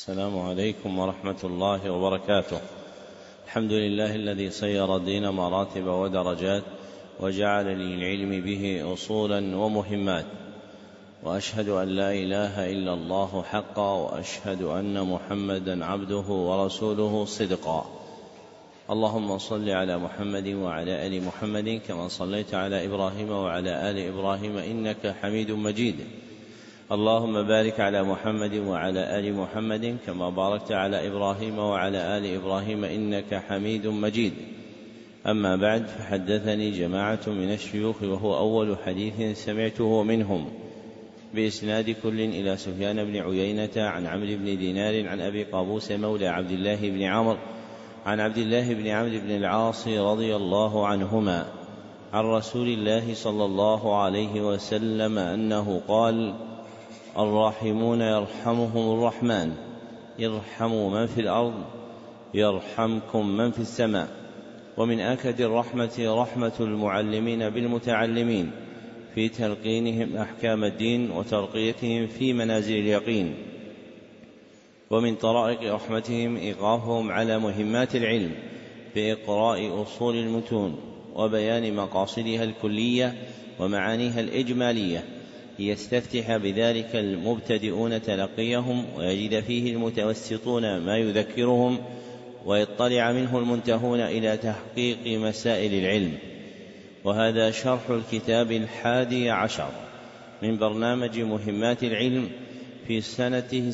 السلام عليكم ورحمة الله وبركاته. الحمد لله الذي صير الدين مراتب ودرجات وجعل للعلم به أصولا ومهمات، وأشهد أن لا إله إلا الله حقا، وأشهد أن محمدا عبده ورسوله صدقا. اللهم صل على محمد وعلى آل محمد كما صليت على إبراهيم وعلى آل إبراهيم إنك حميد مجيد. اللهم بارك على محمد وعلى آل محمد كما باركت على إبراهيم وعلى آل إبراهيم إنك حميد مجيد. أما بعد، فحدثني جماعة من الشيوخ وهو أول حديث سمعته منهم بإسناد كل إلى سفيان بن عيينة عن عمرو بن دينار عن أبي قابوس مولى عبد الله بن عمرو عن عبد الله بن عمرو بن العاص رضي الله عنهما عن رسول الله صلى الله عليه وسلم أنه قال: الراحمون يرحمهم الرحمن، ارحموا من في الأرض يرحمكم من في السماء. ومن آكد الرحمة رحمة المعلمين بالمتعلمين في تلقينهم أحكام الدين وترقيتهم في منازل اليقين. ومن طرائق رحمتهم إيقافهم على مهمات العلم بإقراء أصول المتون وبيان مقاصدها الكلية ومعانيها الإجمالية، ليستفتح بذلك المبتدئون تلقيهم ويجد فيه المتوسطون ما يذكرهم، ويطلع منه المنتهون إلى تحقيق مسائل العلم. وهذا شرح الكتاب 11 من برنامج مهمات العلم في سنته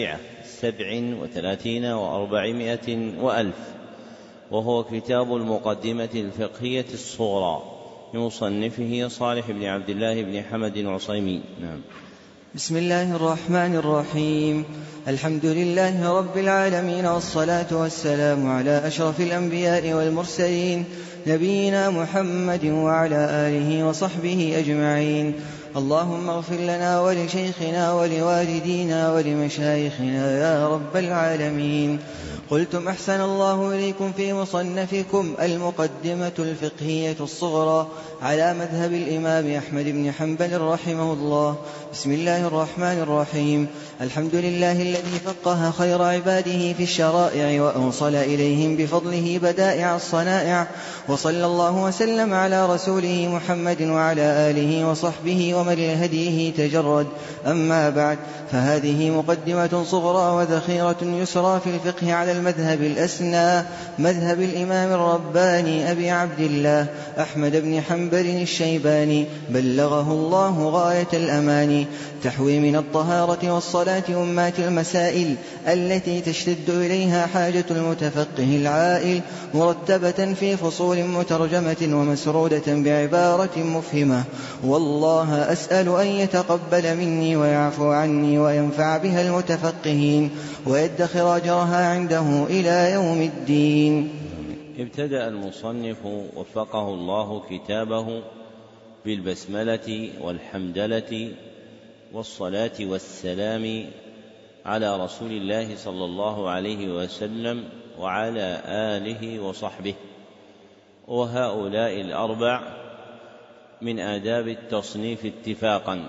37 و400 وألف، وهو كتاب المقدمة الفقهية الصغرى لمصنفه صالح بن عبد الله بن حمد العصيمي. نعم. بسم الله الرحمن الرحيم. الحمد لله رب العالمين، والصلاة والسلام على أشرف الأنبياء والمرسلين، نبينا محمد وعلى آله وصحبه أجمعين. اللهم اغفر لنا ولشيخنا ولوالدينا ولمشايخنا يا رب العالمين. قلتم: أحسن الله إليكم في مصنفكم المقدمة الفقهية الصغرى على مذهب الإمام أحمد بن حنبل رحمه الله. بسم الله الرحمن الرحيم. الحمد لله الذي فقه خير عباده في الشرائع وأوصل إليهم بفضله بدائع الصنائع، وصلى الله وسلم على رسوله محمد وعلى آله وصحبه ومن لهديه تجرد. أما بعد، فهذه مقدمة صغرى وذخيرة يسرى في الفقه على المذهب الأسنى، مذهب الإمام الرباني أبي عبد الله أحمد بن حنبل الشيباني، بلغه الله غاية الأمان، تحوي من الطهارة والصلاة أمات المسائل التي تشتد إليها حاجة المتفقه العائل، مرتبة في فصول مترجمة ومسرودة بعبارة مفهمة. والله أسأل أن يتقبل مني ويعفو عني وينفع بها المتفقهين ويدخر أجرها عنده إلى يوم الدين. ابتدأ المصنف وفقه الله كتابه بالبسملة والحمدلة والصلاة والسلام على رسول الله صلى الله عليه وسلم وعلى آله وصحبه. وهؤلاء الأربع من آداب التصنيف اتفاقا.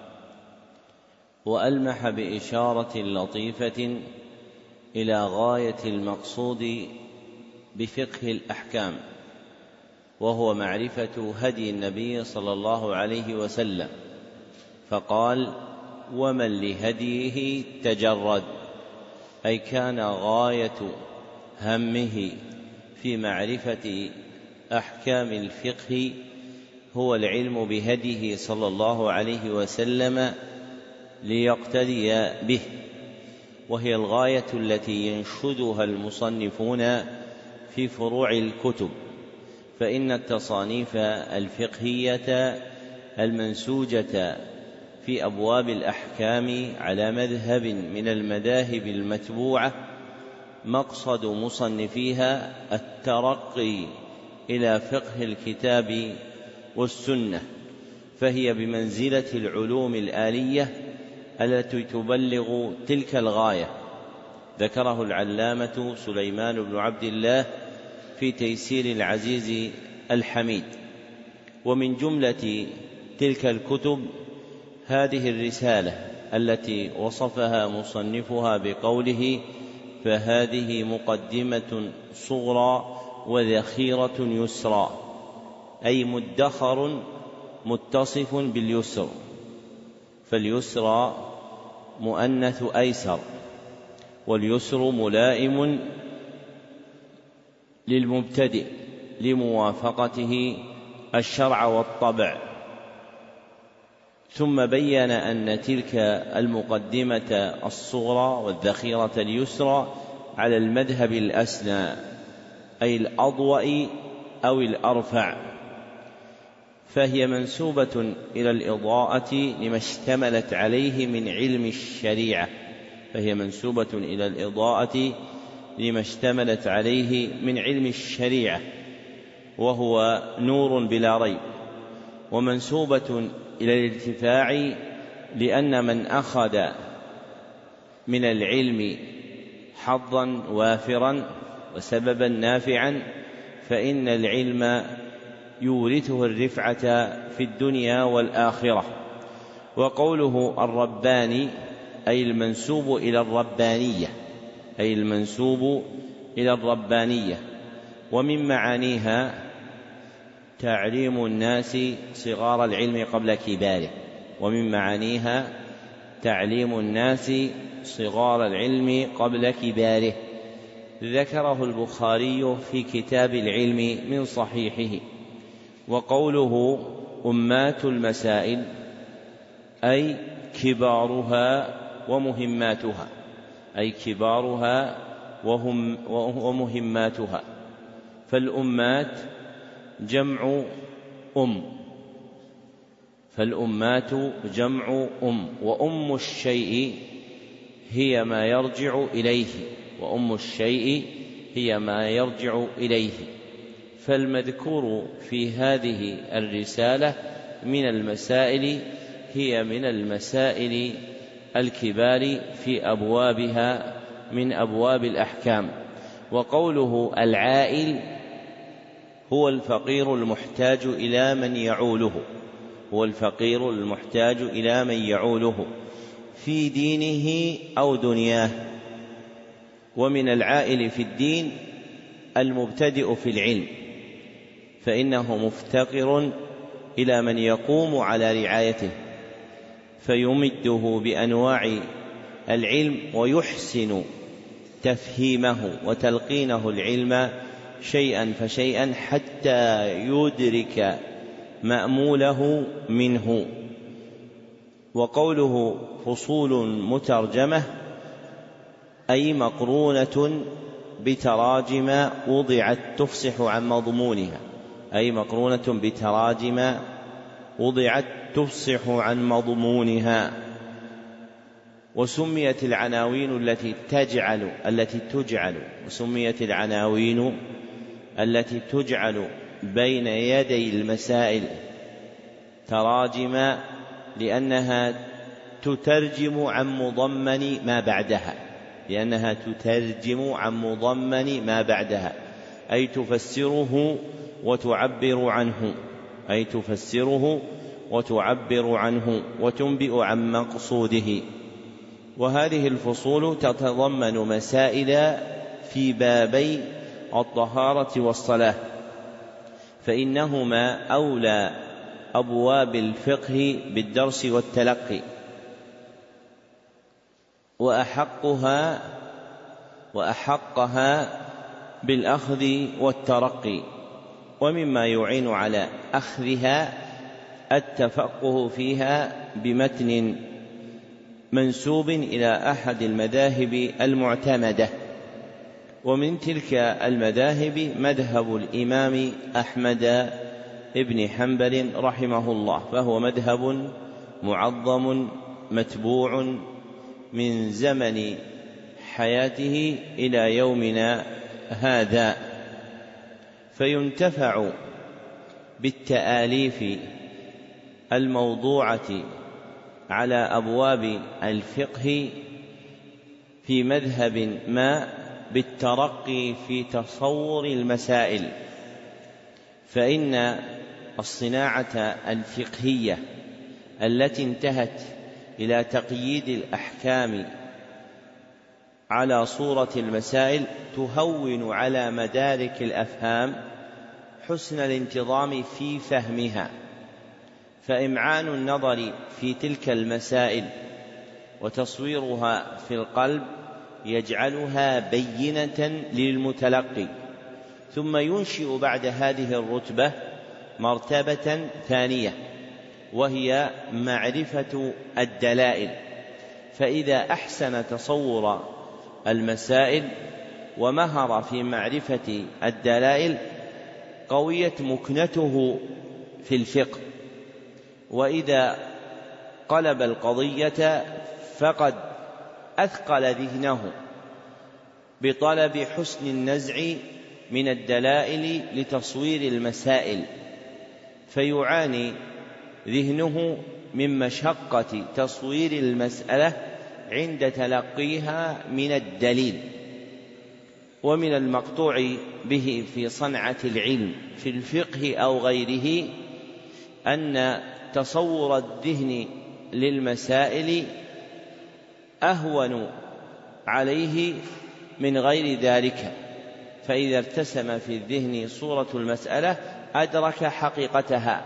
وألمح بإشارة لطيفة إلى غاية المقصود بفقه الأحكام، وهو معرفة هدي النبي صلى الله عليه وسلم، فقال: ومن لهديه تجرد، أي كان غاية همه في معرفة أحكام الفقه هو العلم بهديه صلى الله عليه وسلم ليقتدي به، وهي الغاية التي ينشدها المصنفون في فروع الكتب. فإن التصانيف الفقهية المنسوجة في أبواب الأحكام على مذهب من المذاهب المتبوعة مقصد مصنفيها الترقي إلى فقه الكتاب والسنة، فهي بمنزلة العلوم الآلية التي تبلغ تلك الغاية. ذكره العلامة سليمان بن عبد الله في تيسير العزيز الحميد. ومن جملة تلك الكتب هذه الرسالة التي وصفها مصنفها بقوله: فهذه مقدمة صغرى وذخيرة يسرى، أي مدخر متصف باليسر، فاليسرى مؤنث أيسر، واليسر ملائم للمبتدئ لموافقته الشرع والطبع. ثم بين أن تلك المقدمة الصغرى والذخيرة اليسرى على المذهب الأسنى، أي الأضوأ أو الأرفع، فهي منسوبة إلى الإضاءة لما اشتملت عليه من علم الشريعة، فهي منسوبة إلى الإضاءة لما اشتملت عليه من علم الشريعة، وهو نور بلا ريب، ومنسوبة إلى الارتفاع لأن من أخذ من العلم حظا وافرا وسببا نافعا فإن العلم يورثه الرفعة في الدنيا والآخرة. وقوله الرباني أي المنسوب إلى الربانية، أي المنسوب إلى الربانية. ومن معانيها تعليم الناس صغار العلم قبل كباره، ومن معانيها تعليم الناس صغار العلم قبل كباره، ذكره البخاري في كتاب العلم من صحيحه. وقوله أمات المسائل أي كبارها ومهماتها، أي كبارها ومهماتها، فالأمات جمع فالأمات جمع وأم الشيء هي ما يرجع إليه، وأم الشيء هي ما يرجع إليه. فالمذكور في هذه الرسالة من المسائل هي من المسائل الكبار في أبوابها من أبواب الأحكام. وقوله العائل هو الفقير المحتاج إلى من يعوله، هو الفقير المحتاج إلى من يعوله في دينه أو دنياه. ومن العائل في الدين المبتدئ في العلم، فإنه مفتقر إلى من يقوم على رعايته فيمده بأنواع العلم ويحسن تفهيمه وتلقينه العلم شيئا فشيئا حتى يدرك مأموله منه. وقوله فصول مترجمة أي مقرونة بتراجم وضعت تفصح عن مضمونها، أي مقرونة بتراجم وضعت تفصح عن مضمونها. وسميت العناوين وسميت العناوين التي تجعل بين يدي المسائل تراجم لأنها تترجم عن مضمن ما بعدها، أي تفسره وتعبر عنه وتنبئ عن مقصوده. وهذه الفصول تتضمن مسائل في بابي الطهارة والصلاة، فإنهما أولى أبواب الفقه بالدرس والتلقي، وأحقها بالأخذ والترقي. ومما يعين على أخذها التفقه فيها بمتن منسوب إلى أحد المذاهب المعتمدة. ومن تلك المذاهب مذهب الإمام أحمد بن حنبل رحمه الله، فهو مذهب معظم متبوع من زمن حياته إلى يومنا هذا، فينتفع بالتآليف الموضوعة على أبواب الفقه في مذهب ما بالترقي في تصور المسائل، فإن الصناعة الفقهية التي انتهت إلى تقييد الأحكام على صورة المسائل تهون على مدارك الأفهام حسن الانتظام في فهمها، فإمعان النظر في تلك المسائل وتصويرها في القلب يجعلها بينة للمتلقي، ثم ينشئ بعد هذه الرتبة مرتبة ثانية وهي معرفة الدلائل، فإذا أحسن تصور المسائل ومهر في معرفة الدلائل قويت مكنته في الفقه، وإذا قلب القضية فقد أثقل ذهنه بطلب حسن النزع من الدلائل لتصوير المسائل، فيعاني ذهنه من مشقة تصوير المسألة عند تلقيها من الدليل. ومن المقطوع به في صنعة العلم في الفقه أو غيره أن تصور الذهن للمسائل أهون عليه من غير ذلك، فإذا ارتسم في الذهن صورة المسألة أدرك حقيقتها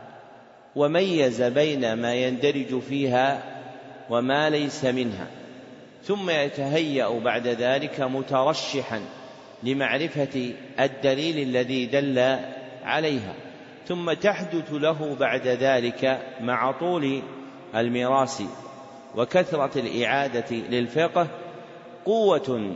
وميز بين ما يندرج فيها وما ليس منها، ثم يتهيأ بعد ذلك مترشحا لمعرفة الدليل الذي دل عليها، ثم تحدث له بعد ذلك مع طول الميراث وكثرة الإعادة للفقه قوة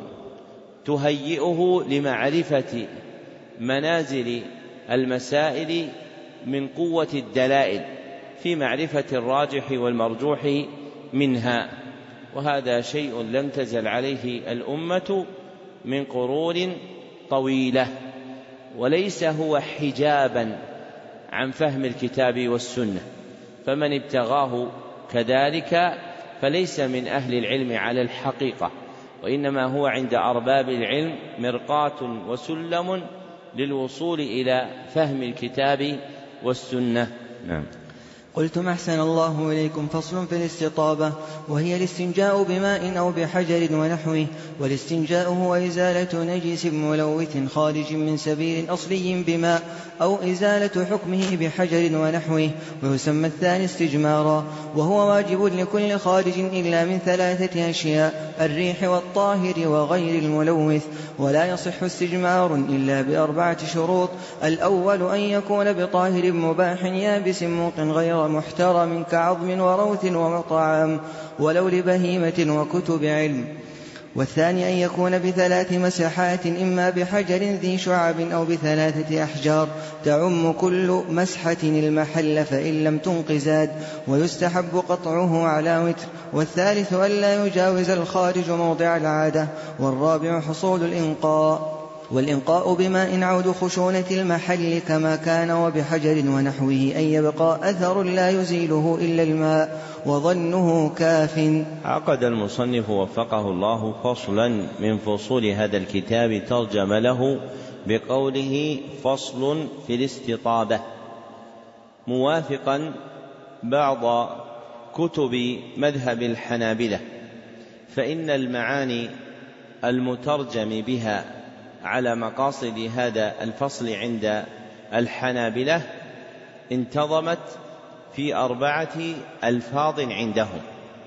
تهيئه لمعرفة منازل المسائل من قوة الدلائل في معرفة الراجح والمرجوح منها، وهذا شيء لم تزل عليه الأمة من قرون طويلة، وليس هو حجابا عن فهم الكتاب والسنة، فمن ابتغاه كذلك فليس من أهل العلم على الحقيقة، وإنما هو عند أرباب العلم مرقاة وسلم للوصول إلى فهم الكتاب والسنة. نعم. قلتم أحسن الله إليكم. فصل في الاستطابة، وهي الاستنجاء بماء أو بحجر ونحوه. والاستنجاء هو إزالة نجس ملوث خارج من سبيل أصلي بماء أو إزالة حكمه بحجر ونحوه، ويسمى الثاني استجمارا، وهو واجب لكل خارج إلا من 3 أشياء: الريح والطاهر وغير الملوث. ولا يصح استجمار إلا ب4 شروط: الأول أن يكون بطاهر مباح يابس موق غير محترم كعظم وروث وطعام ولو لبهيمة وكتب علم. والثاني أن يكون ب3 مسحات، إما بحجر ذي شعب أو ب3 أحجار تعم كل مسحة المحل فإن لم تنق زاد، ويستحب قطعه على وتر. والثالث أن لا يجاوز الخارج موضع العادة. والرابع حصول الإنقاء، والإنقاء بماء عود خشونة المحل كما كان، وبحجر ونحوه أن يبقى أثر لا يزيله إلا الماء وظنه كاف. عقد المصنف وفقه الله فصلا من فصول هذا الكتاب ترجم له بقوله: فصل في الاستطابة، موافقا بعض كتب مذهب الحنابلة، فإن المعاني المترجم بها على مقاصد هذا الفصل عند الحنابلة انتظمت في 4 ألفاظ عندهم.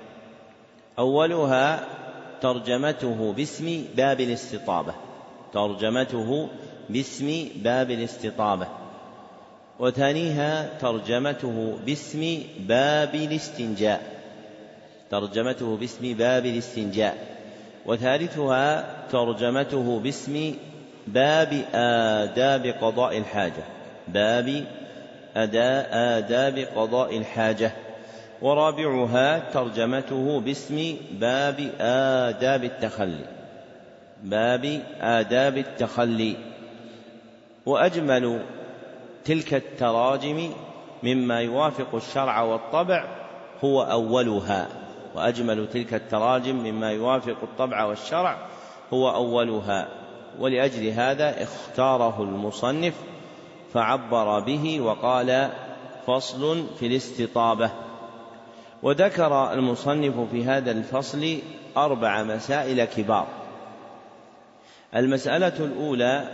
أولها ترجمته باسم باب الاستطابة، ترجمته باسم باب الاستطابة. وثانيها ترجمته باسم باب الاستنجاء، ترجمته باسم باب الاستنجاء. وثالثها ترجمته باسم باب آداب قضاء الحاجة، باب آداب قضاء الحاجة. ورابعها ترجمته باسم باب آداب التخلي، باب آداب التخلي. وأجمل تلك التراجم مما يوافق الشرع والطبع هو أولها، وأجمل تلك التراجم مما يوافق الطبع والشرع هو أولها، ولأجل هذا اختاره المصنف فعبر به وقال: فصل في الاستطابة. وذكر المصنف في هذا الفصل 4 مسائل كبار. المسألة الأولى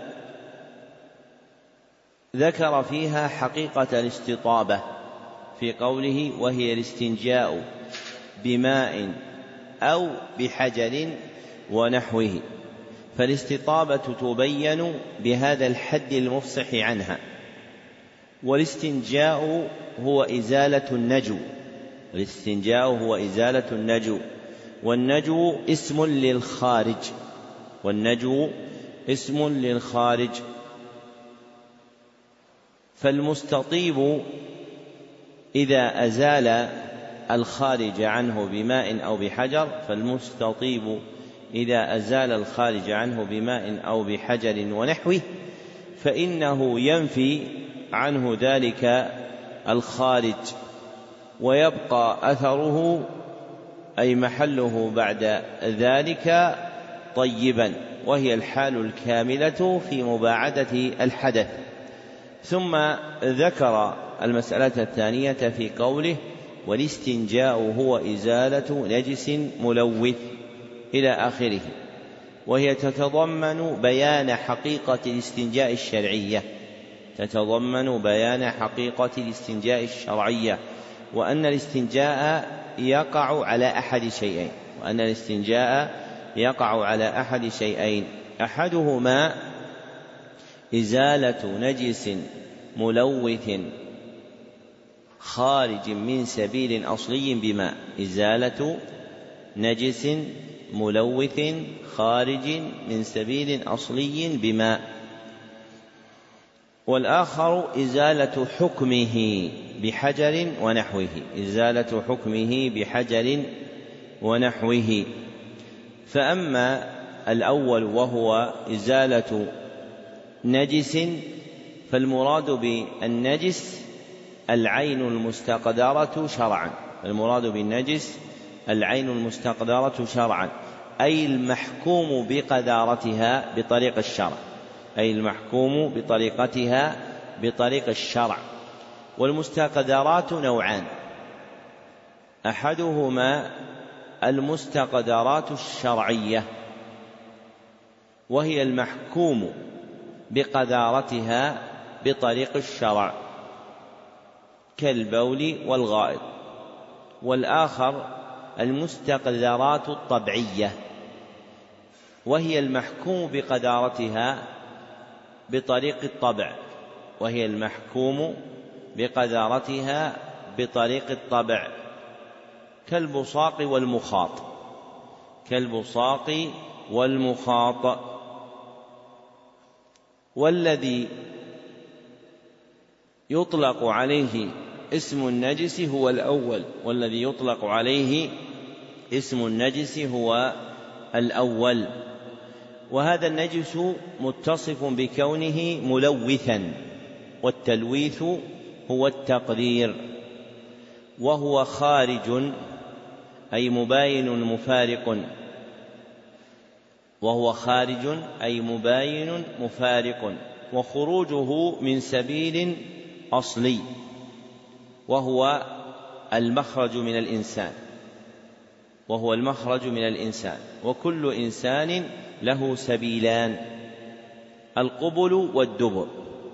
ذكر فيها حقيقة الاستطابة في قوله وهي الاستنجاء بماء أو بحجر ونحوه، فالاستطابة تبين بهذا الحد المفصح عنها. والاستنجاء هو إزالة النجو، والاستنجاء هو إزالة النجو، والنجو اسم للخارج، والنجو اسم للخارج. فالمستطيب إذا أزال الخارج عنه بماء أو بحجر، فالمستطيب إذا أزال الخارج عنه بماء أو بحجر ونحوه فإنه ينفي عنه ذلك الخارج، ويبقى أثره أي محله بعد ذلك طيبا، وهي الحال الكاملة في مباعدة الحدث. ثم ذكر المسألة الثانية في قوله والاستنجاء هو إزالة نجس ملوث إلى آخره، وهي تتضمن بيان حقيقة الاستنجاء الشرعية، تتضمن بيان حقيقة الاستنجاء الشرعية، وأن الاستنجاء يقع على أحد شيئين، وأن الاستنجاء يقع على أحد شيئين، أحدهما إزالة نجس ملوث خارج من سبيل أصلي بماء، إزالة نجس ملوث خارج من سبيل أصلي بماء. والآخر إزالة حكمه بحجر ونحوه، إزالة حكمه بحجر ونحوه. فأما الأول وهو إزالة نجس فالمراد بالنجس العين المستقدرة شرعا، المراد بالنجس العين المستقدرة شرعا، أي المحكوم بقدارتها بطريق الشرع، أي المحكوم بطريقتها بطريق الشرع. والمستقدرات نوعان، أحدهما المستقدرات الشرعية، وهي المحكوم بقدارتها بطريق الشرع كالبول والغائط. والآخر المستقدرات الطبيعية، وهي المحكوم بقدارتها بطريق الطبع، وهي المحكوم بقدارتها بطريق الطبع كالبصاق والمخاط، كالبصاق والمخاط. والذي يطلق عليه اسم النجس هو الأول، والذي يطلق عليه اسم النجس هو الأول. وهذا النجس متصف بكونه ملوثا، والتلويث هو التقدير، وهو خارج أي مباين مفارق، وهو خارج أي مباين مفارق، وخروجه من سبيل أصلي وهو المخرج من الإنسان، وهو المخرج من الإنسان. وكل إنسان له سبيلان، القبل والدبر،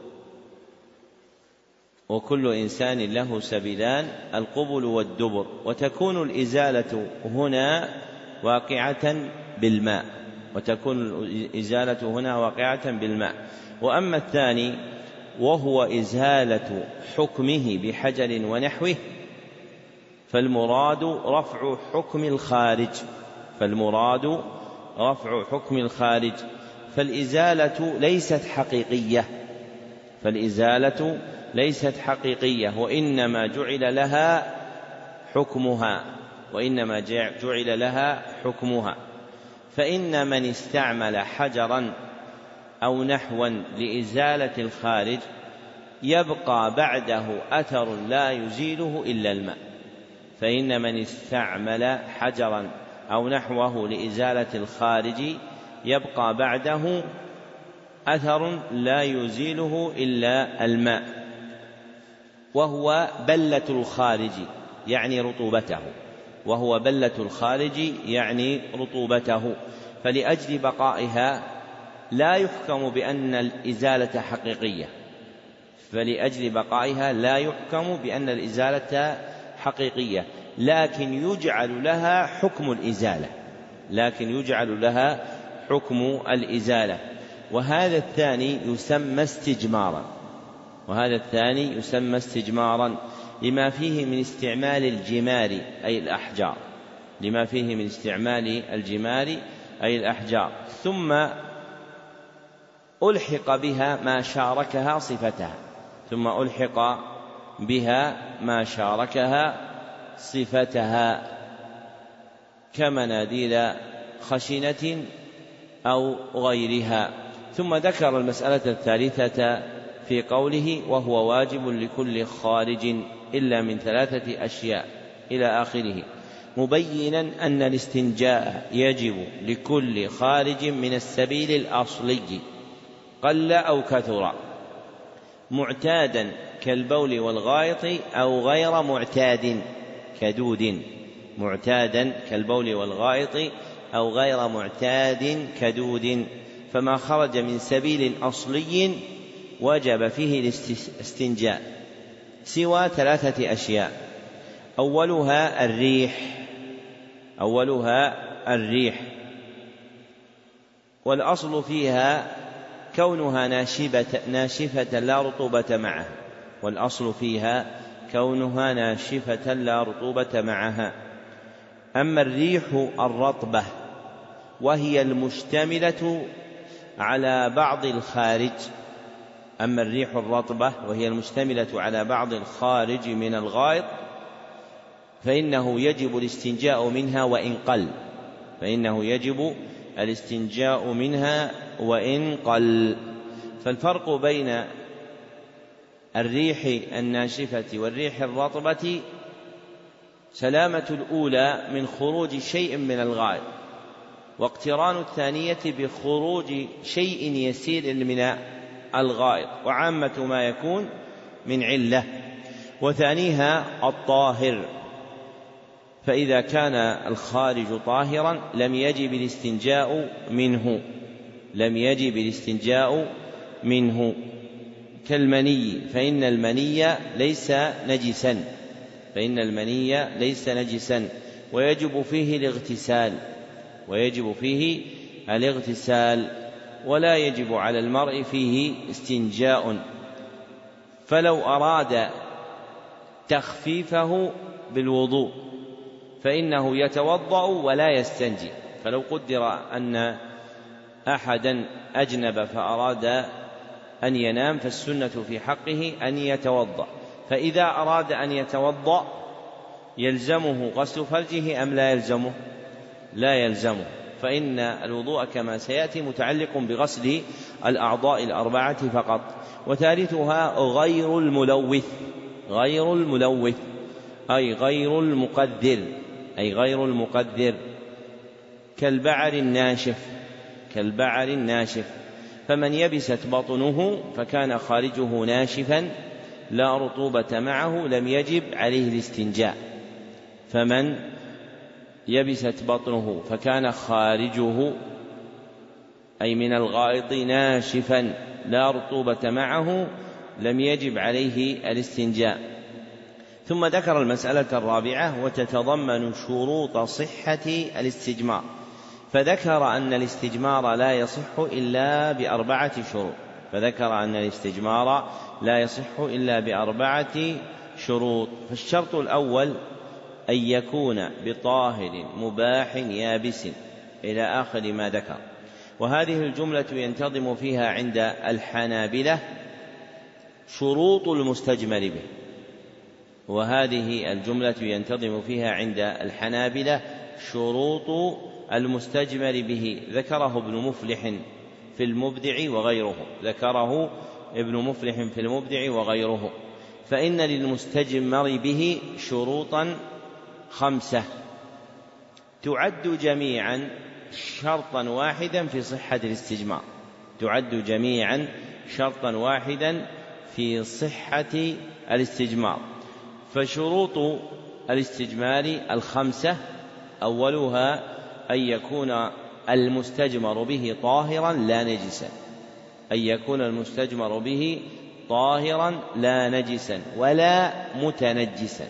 وكل إنسان له سبيلان القبل والدبر. وتكون الإزالة هنا واقعة بالماء، وتكون الإزالة هنا واقعة بالماء. وأما الثاني وهو إزالة حكمه بحجر ونحوه فالمراد رفع حكم الخارج، فالمراد رفع حكم الخارج. فالإزالة ليست حقيقية، فالإزالة ليست حقيقية، وإنما جعل لها حكمها، وإنما جعل لها حكمها. فإن من استعمل حجرا أو نحوا لإزالة الخارج يبقى بعده أثر لا يزيله إلا الماء، فإن من استعمل حجرا أو نحوه لإزالة الخارج يبقى بعده أثر لا يزيله إلا الماء، وهو بلة الخارج، يعني رطوبته، وهو بلة الخارج يعني رطوبته. فلأجل بقائها لا يحكم بأن الإزالة حقيقية، فلأجل بقائها لا يحكم بأن الإزالة حقيقية، لكن يجعل لها حكم الإزالة، لكن يجعل لها حكم الإزالة. وهذا الثاني يسمى استجمارا، وهذا الثاني يسمى استجمارا لما فيه من استعمال الجمار أي الأحجار، لما فيه من استعمال الجمار أي الأحجار. ثم ألحق بها ما شاركها صفتها، ثم ألحق بها ما شاركها صفتها كمناديل خشنة أو غيرها. ثم ذكر المسألة الثالثة في قوله وهو واجب لكل خارج إلا من 3 أشياء إلى آخره، مبينا أن الاستنجاء يجب لكل خارج من السبيل الأصلي قل أو كثر، معتادا كالبول والغائط أو غير معتاد كدود، معتادا كالبول والغائط أو غير معتاد كدود. فما خرج من سبيل أصلي وجب فيه الاستنجاء سوى 3 أشياء: أولها الريح، والأصل فيها كونها ناشفة لا رطوبة معها، والأصل فيها كونها ناشفة لا رطوبة معها. أما الريح الرطبة وهي المشتملة على بعض الخارج، أما الريح الرطبة وهي المشتملة على بعض الخارج من الغائط فإنه يجب الاستنجاء منها وإن قل، فإنه يجب الاستنجاء منها وإن قل. فالفرق بين الريح الناشفة والريح الرطبة سلامة الأولى من خروج شيء من الغائط، واقتران الثانية بخروج شيء يسير من الغائط، وعامة ما يكون من علة. وثانيها الطاهر، فإذا كان الخارج طاهرا لم يجب الاستنجاء منه كالمني، فإن المني ليس نجسا ويجب فيه الاغتسال، ولا يجب على المرء فيه استنجاء. فلو أراد تخفيفه بالوضوء فإنه يتوضأ ولا يستنجي. فلو قدر أن أحدا أجنب فأراد أن ينام فالسنة في حقه أن يتوضأ، فإذا أراد أن يتوضأ يلزمه غسل فرجه أم لا يلزمه، فإن الوضوء كما سيأتي متعلق بغسل الأعضاء الأربعة فقط. وثالثها غير الملوث أي غير المقدر كالبعر الناشف، فمن يبست بطنه فكان خارجه ناشفا لا رطوبة معه لم يجب عليه الاستنجاء. فمن يبست بطنه فكان خارجه أي من الغائط ناشفا لا رطوبة معه لم يجب عليه الاستنجاء. ثم ذكر المسألة الرابعة وتتضمن شروط صحة الاستجمار، فذكر أن الاستجمار لا يصح إلا بأربعة شروط. فالشرط الأول أن يكون بطاهر مباح يابس إلى آخر ما ذكر، وهذه الجملة ينتظم فيها عند الحنابلة شروط المستجمر به، وهذه الجملة ينتظم فيها عند الحنابلة شروط المستجمر به. ذكره ابن مفلح في المبدع وغيره. فإن للمستجمر به شروطا 5 تعد جميعا شرطا واحدا في صحة الاستجمار. فشروط الاستجمار الخمسة: أولها أن يكون المستجمر به طاهرا لا نجسا، أن يكون المستجمر به طاهرا لا نجسا ولا متنجسا.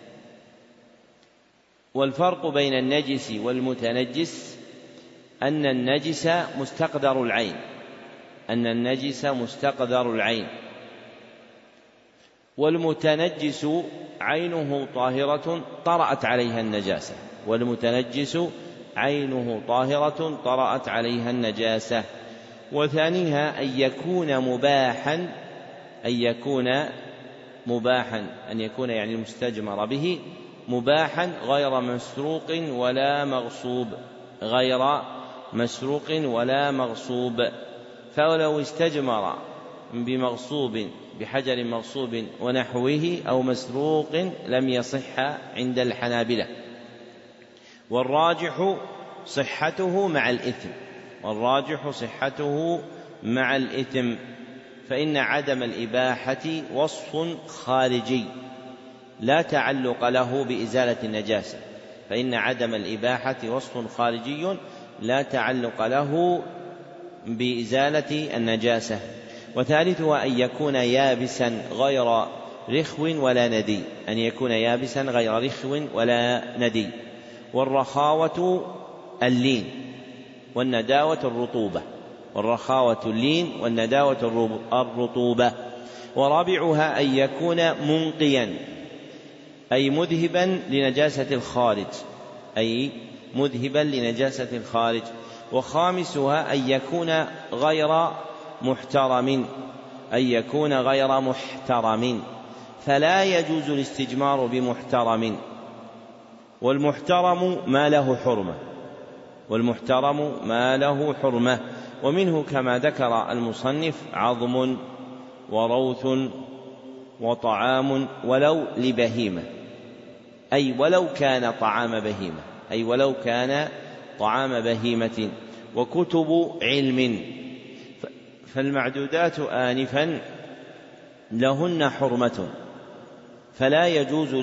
والفرق بين النجس والمتنجس أن النجس مستقدر العين، والمتنجس عينه طاهرة طرأت عليها النجاسة. وثانيها أن يكون يعني المستجمر به مباحا غير مسروق ولا مغصوب. فلو استجمر بحجر مغصوب ونحوه أو مسروق لم يصح عند الحنابلة. والراجح صحته مع الإثم، فإن عدم الإباحة وصف خارجي لا تعلق له بإزالة النجاسة. وثالثها أن يكون يابسا غير رخو ولا ندي. والرخاوة اللين والنداوة الرطوبة. ورابعها أن يكون منقيا أي مذهبا لنجاسة الخارج. وخامسها أن يكون غير محترم، فلا يجوز الاستجمار بمحترم، والمحترم ما له حرمة. ومنه كما ذكر المصنف عظم وروث وطعام ولو لبهيمة، أي ولو كان طعام بهيمة، وكتب علم. فالمعدودات آنفا لهن حرمة فلا يجوز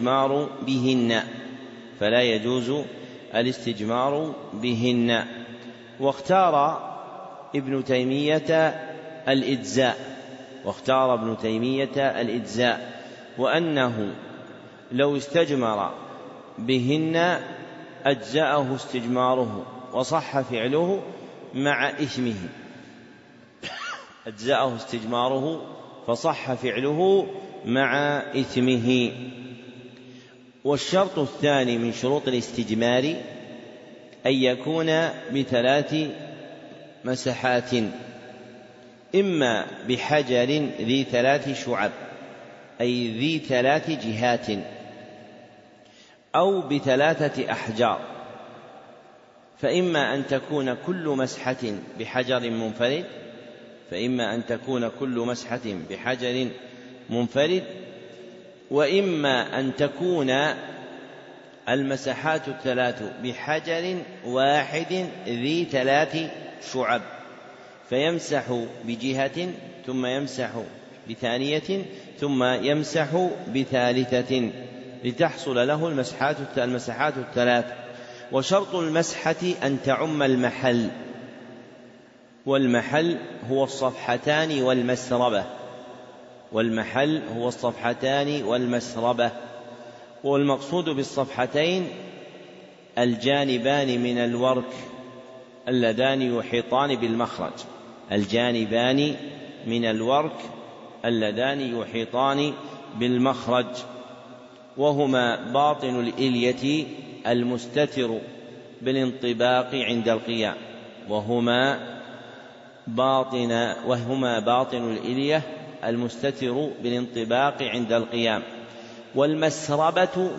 الاستجمار بهن. واختار ابن تيمية الإجزاء، وأنه لو استجمر بهن أجزأه استجماره وصح فعله مع إثمه. والشرط الثاني من شروط الاستجمار أن يكون ب3 مسحات، إما بحجر ذي 3 شعب أي ذي 3 جهات، أو ب3 أحجار. فإما أن تكون كل مسحة بحجر منفرد، وإما أن تكون المسحات 3 بحجر واحد ذي 3 شعب، فيمسح بجهة ثم يمسح بثانية ثم يمسح بثالثة لتحصل له المسحات 3. وشرط المسحة أن تعم المحل، والمحل هو الصفحتان والمسربة. والمقصود بالصفحتين الجانبان من الورك اللذان يحيطان بالمخرج، وهما باطن الإلية المستتر بالانطباق عند القيام، وهما باطن الإلية المستتر بالانطباق عند القيام، والمسربة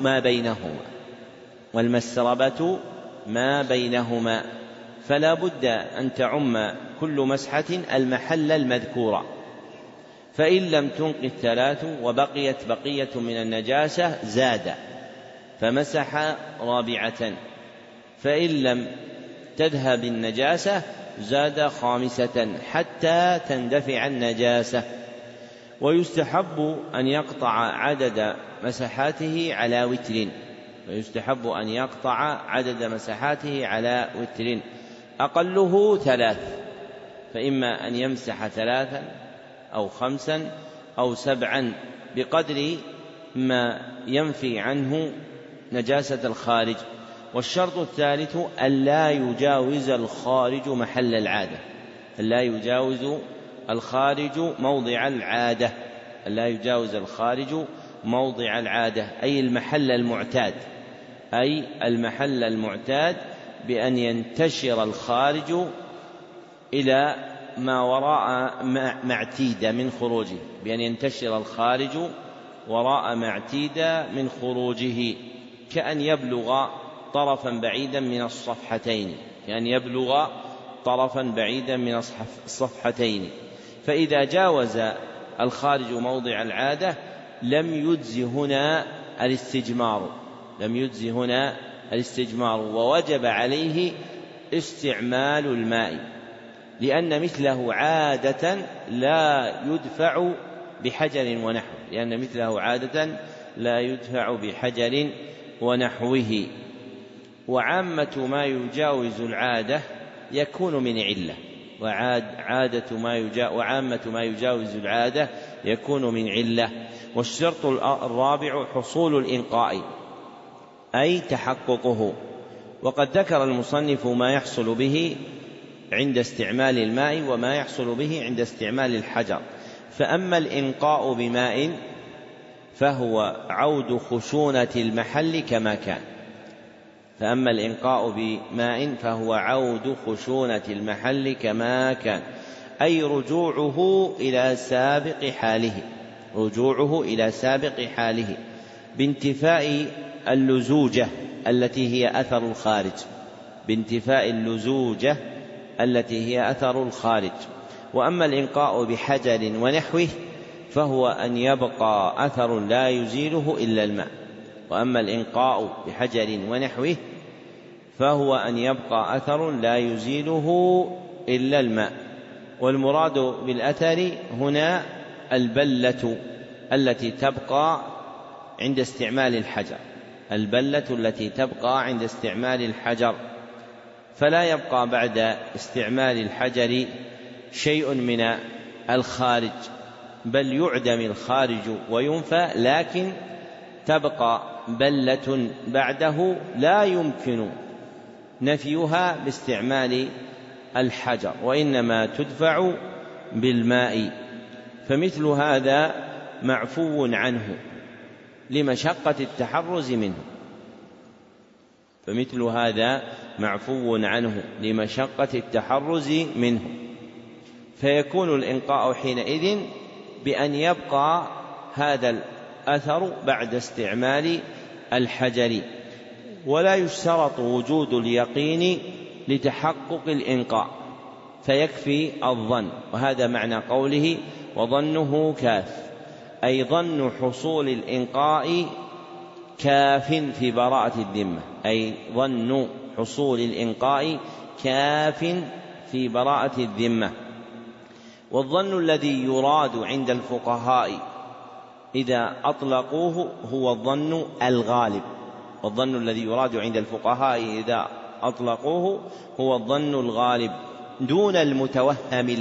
ما بينهما. فلا بد أن تعم كل مسحة المحل المذكور، فإن لم تنق 3 وبقيت بقية من النجاسة زاد فمسح 4، فإن لم تذهب النجاسة زاد 5 حتى تندفع النجاسة. ويستحب أن يقطع عدد مسحاته على وتر، ويستحب أن يقطع عدد مسحاته على وتر أقله 3، فإما أن يمسح 3 أو 5 أو 7 بقدر ما ينفي عنه نجاسة الخارج. والشرط الثالث ألا يجاوز الخارج محل العادة، ألا يجاوز الخارج موضع العادة، ألا يجاوز الخارج موضع العادة أي المحل المعتاد، أي المحل المعتاد، بأن ينتشر الخارج إلى ما وراء ما اعتيد من خروجه، بأن ينتشر الخارج وراء ما اعتيد من خروجه، كأن يبلغ طرفا بعيدا من الصفحتين، كأن يبلغ طرفا بعيدا من الصفحتين. فإذا جاوز الخارج موضع العادة لم يجز هنا الاستجمار، ووجب عليه استعمال الماء، لأن مثله عادة لا يدفع بحجر ونحوه. وعامة ما يجاوز العادة يكون من علة، وعامة ما يجاوز العادة يكون من علة. والشرط الرابع حصول الإنقاء أي تحققه. وقد ذكر المصنف ما يحصل به عند استعمال الماء وما يحصل به عند استعمال الحجر. فأما الإنقاء بماء فهو عود خشونة المحل كما كان، أي رجوعه إلى سابق حاله بانتفاء اللزوجة التي هي أثر الخارج. وأما الإنقاء بحجر ونحوه فهو أن يبقى أثر لا يزيله إلا الماء. والمراد بالأثر هنا البلة التي تبقى عند استعمال الحجر، فلا يبقى بعد استعمال الحجر شيء من الخارج، بل يعدم الخارج وينفى، لكن تبقى بلة بعده لا يمكن نفيها باستعمال الحجر، وإنما تدفع بالماء. فمثل هذا معفو عنه لمشقة التحرز منه، فيكون الإنقاء حينئذ بأن يبقى هذا الأثر بعد استعمال الحجر. ولا يشترط وجود اليقين لتحقق الإنقاء، فيكفي الظن، وهذا معنى قوله وظنه كاف، أي ظن حصول الإنقاء كاف في براءة الذمة. والظن الذي يراد عند الفقهاء إذا أطلقوه هو الظن الغالب، دون المتوهم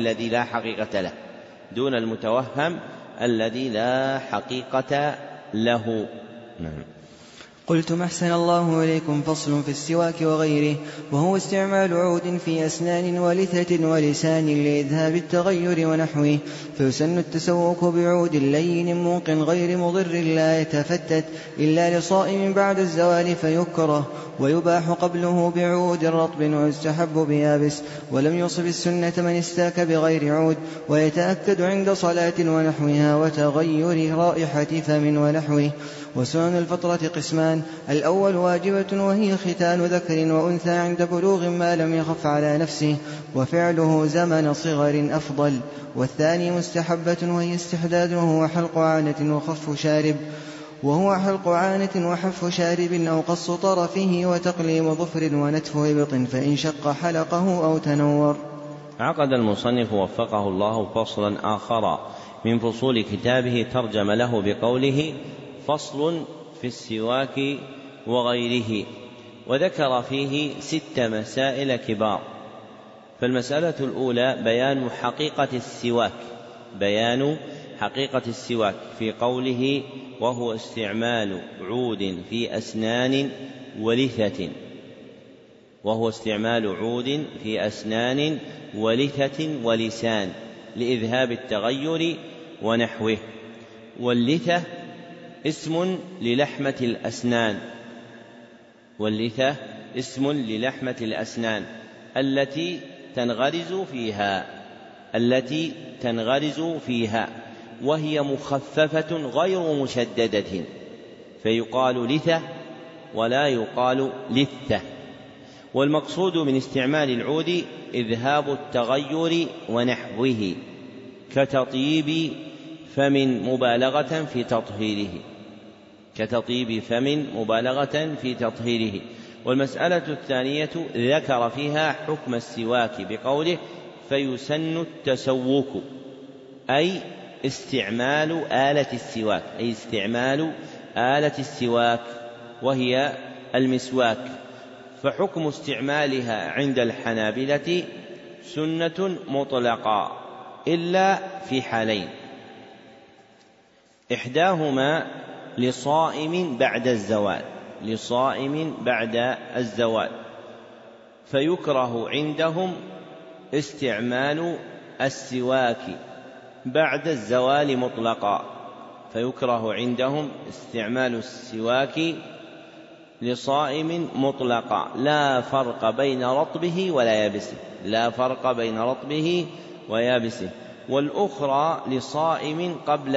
الذي لا حقيقة له. قلت أحسن الله إليكم. فصل في السواك وغيره، وهو استعمال عود في أسنان ولثة ولسان لإذهاب التغير ونحوه. فيسن التسوك بعود لين موق غير مضر لا يتفتت إلا لصائم بعد الزوال فيكره، ويباح قبله بعود رطب ويستحب بيابس. ولم يصب السنة من استاك بغير عود، ويتأكد عند صلاة ونحوها وتغير رائحة فم ونحوه. وسنن الفطرة قسمان: الأول واجبة وهي ختان ذكر وأنثى عند بلوغ ما لم يخف على نفسه وفعله زمن صغر أفضل. والثاني مستحبة وهي استحداد وهو حلق عانة وحف شارب أو قص طرفه وتقليم ظفر ونتف إبط فإن شق حلقه أو تنور. عقد المصنف وفقه الله فصلا آخر من فصول كتابه ترجم له بقوله: فصل في السواك وغيره، وذكر فيه 6 مسائل كبار. فالمسألة الأولى بيان حقيقة السواك في قوله: وهو استعمال عود في أسنان ولثة ولسان لإذهاب التغير ونحوه. واللثة اسم للحمة الأسنان التي تنغرز فيها، وهي مخففة غير مشددة، فيقال لثة ولا يقال لثة. والمقصود من استعمال العود إذهاب التغير ونحوه، كتطيب فم مبالغة في تطهيره. والمسألة الثانية ذكر فيها حكم السواك بقوله: فيسن التسوك، أي استعمال آلة السواك وهي المسواك. فحكم استعمالها عند الحنابلة سنة مطلقة إلا في حالين: إحداهما لصائم بعد الزوال، فيكره عندهم استعمال السواك بعد الزوال مطلقا، لصائم مطلقا، لا فرق بين رطبه ويابسه. والأخرى لصائم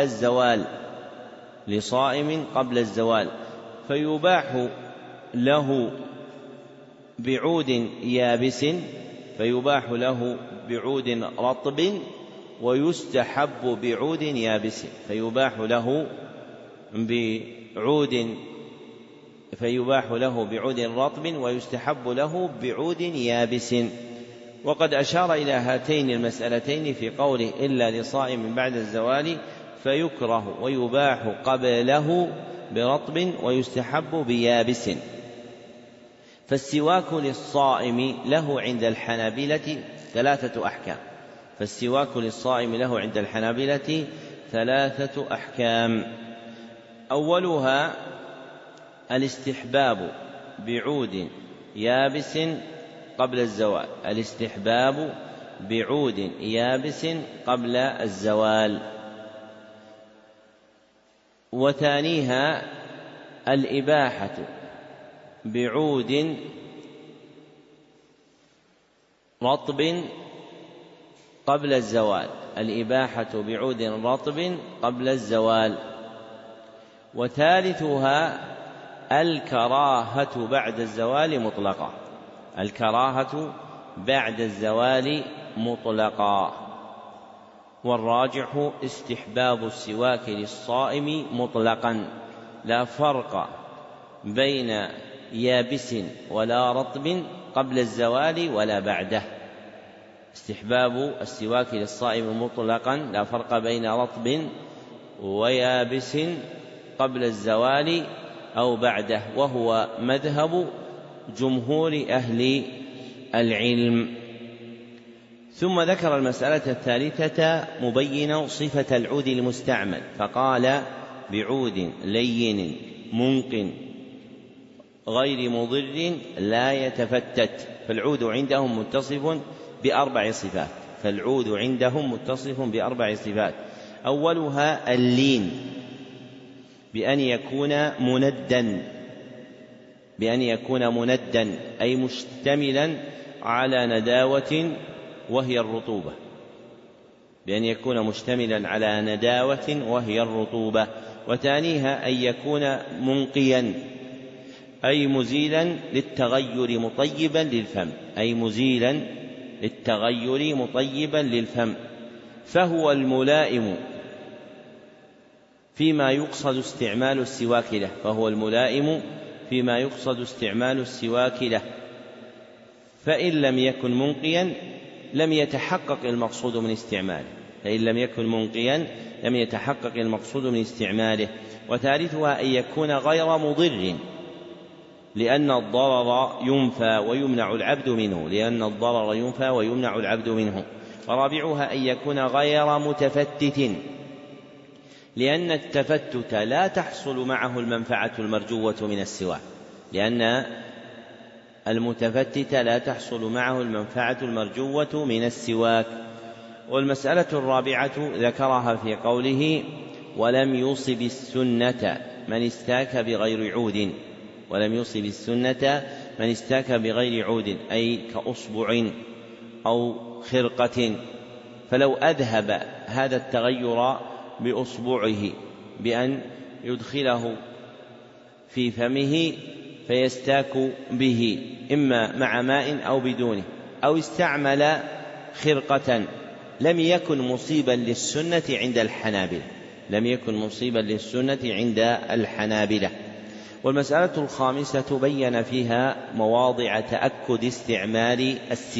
قبل الزوال، فيباح له بعود رطب ويستحب له بعود يابس. وقد أشار إلى هاتين المسألتين في قوله: إلا لصائم بعد الزوال، فيكره ويباح قبله برطب ويستحب بيابس. فالسواك للصائم له عند الحنابلة 3 أحكام. أولها الاستحباب بعود يابس قبل الزوال. وثانيها الإباحة بعود رطب قبل الزوال. وثالثها الكراهة بعد الزوال مطلقا. والراجح استحباب السواك للصائم مطلقا، لا فرق بين يابس ولا رطب قبل الزوال ولا بعده. استحباب السواك للصائم مطلقا، لا فرق بين رطب ويابس قبل الزوال أو بعده، وهو مذهب جمهور أهل العلم. ثم ذكر المسألة الثالثة مبينا صفة العود المستعمل، فقال: بعود لين منق غير مضر لا يتفتت. فالعود عندهم متصف بأربع صفات. أولها اللين، بأن يكون مندا أي مشتملا على نداوة وهي الرطوبة. وثانيها أن يكون منقيا أي مزيلا للتغير مطيبا للفم، فهو الملائم فيما يقصد استعمال السواك له. فإن لم يكن منقيا لم يتحقق المقصود من استعماله، فإن لم يكن منقيا لم يتحقق المقصود من استعماله. وثالثها أن يكون غير مضر، لأن الضرر ينفى ويمنع العبد منه. ورابعها أن يكون غير متفتت، لأن التفتت لا تحصل معه المنفعة المرجوة من السواك والمسألة الرابعة ذكرها في قوله: ولم يصب السنة من استاك بغير عود، أي كأصبع أو خرقة. فلو أذهب هذا التغير بأصبعه بأن يدخله في فمه فيستاك به إما مع ماء أو بدونه، أو استعمل خرقة، لم يكن مصيبا للسنة عند الحنابلة. والمسألة الخامسة بين فيها مواضع تأكد استعمال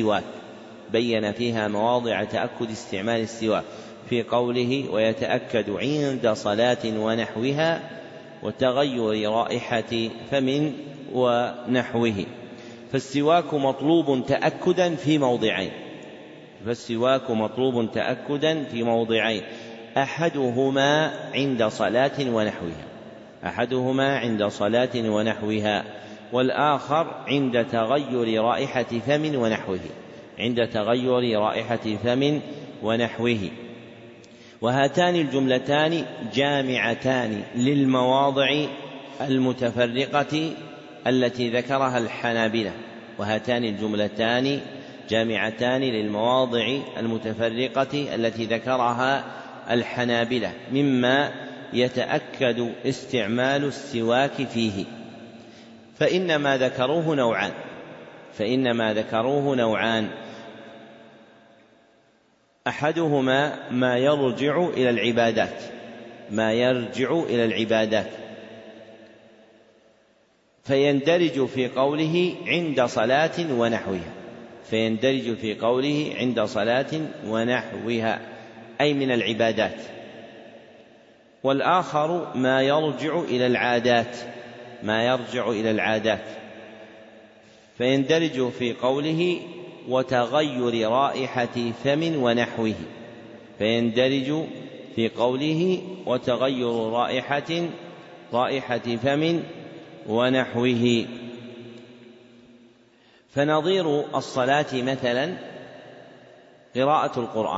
السواك في قوله: ويتأكد عند صلاة ونحوها وتغير رائحة فم ونحوه. فالسواك مطلوب تأكدا في موضعين: أحدهما عند صلاة ونحوها، والآخر عند تغير رائحة فم ونحوه. وهاتان الجملتان جامعتان للمواضع المتفرقة التي ذكرها الحنابلة مما يتأكد استعمال السواك فيه. فإنما ذكروه نوعان: أحدهما ما يرجع إلى العبادات فيندرج في قوله عند صلاة ونحوها أي من العبادات. والآخر ما يرجع إلى العادات فيندرج في قوله وتغير رائحة فم ونحوه. فنظير الصلاة مثلا قراءة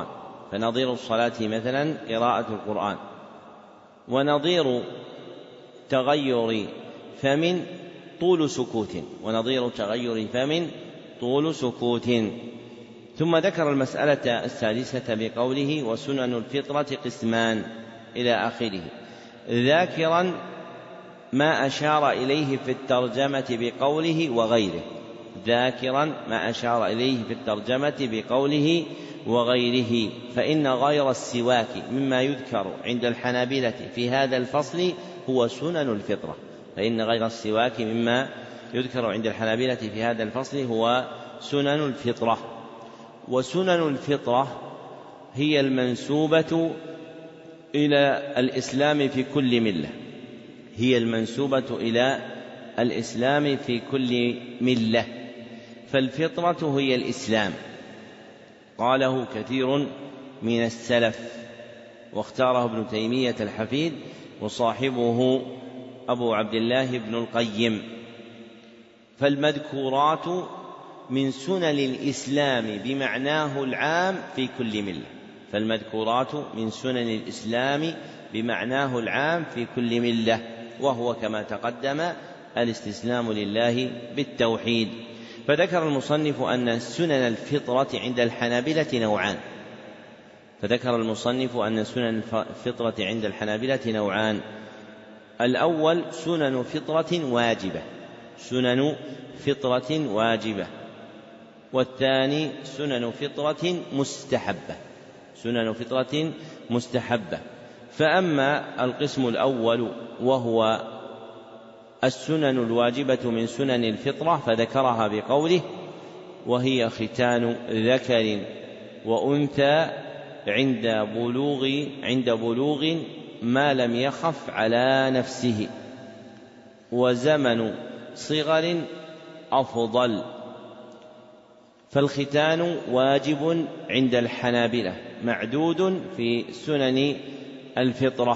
القرآن، ونظير تغير فم طول سكوت. ثم ذكر المسألة السادسة بقوله: وسنن الفطرة قسمان إلى آخره، ذاكرا ما أشار إليه في الترجمة بقوله وغيره. فإن غير السواك مما يذكر عند الحنابلة في هذا الفصل هو سنن الفطرة. وسنن الفطرة هي المنسوبة إلى الإسلام في كل ملة، فالفطرة هي الإسلام، قاله كثير من السلف، واختاره ابن تيمية الحفيد وصاحبه أبو عبد الله بن القيم. فالمذكورات من سنن الإسلام بمعناه العام في كل ملة، وهو كما تقدم الاستسلام لله بالتوحيد. فذكر المصنف أن سنن الفطرة عند الحنابلة نوعان: الأول سنن فطرة واجبة، والثاني سنن فطرة مستحبة. فأما القسم الأول وهو السنن الواجبة من سنن الفطرة فذكرها بقوله: وهي ختان ذكر وأنثى عند بلوغ ما لم يخف على نفسه، وزمن صغر أفضل. فالختان واجب عند الحنابلة معدود في سنن الفطرة،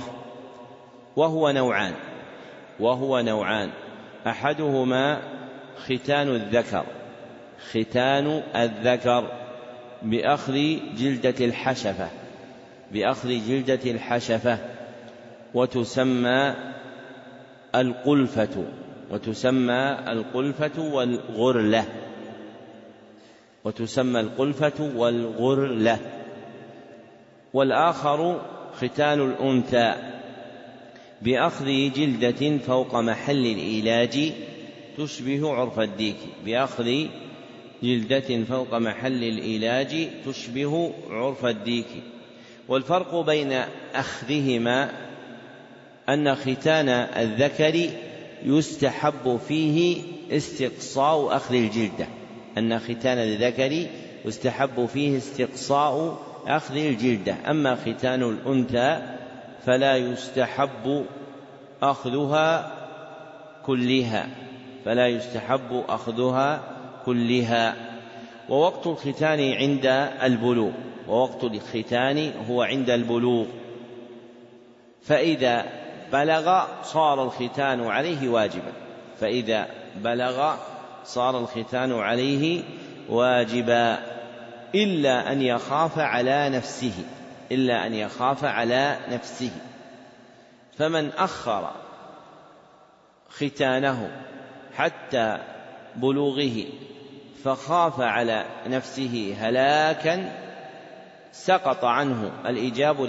وهو نوعان أحدهما ختان الذكر بأخذ جلدة الحشفة وتسمى القلفة والغرلة. والآخر ختان الأنثى بأخذ جلدة فوق محل الإيلاج تشبه عرف الديك والفرق بين أخذهما أن ختان الذكر يستحب فيه استقصاء أخذ الجلدة، أما ختان الأنثى فلا يستحب أخذها كلها. ووقت الختان هو عند البلوغ، فإذا بلغ صار الختان عليه واجبا إلا أن يخاف على نفسه. فمن أخر ختانه حتى بلوغه فخاف على نفسه هلاكا سقط عنه الإجاب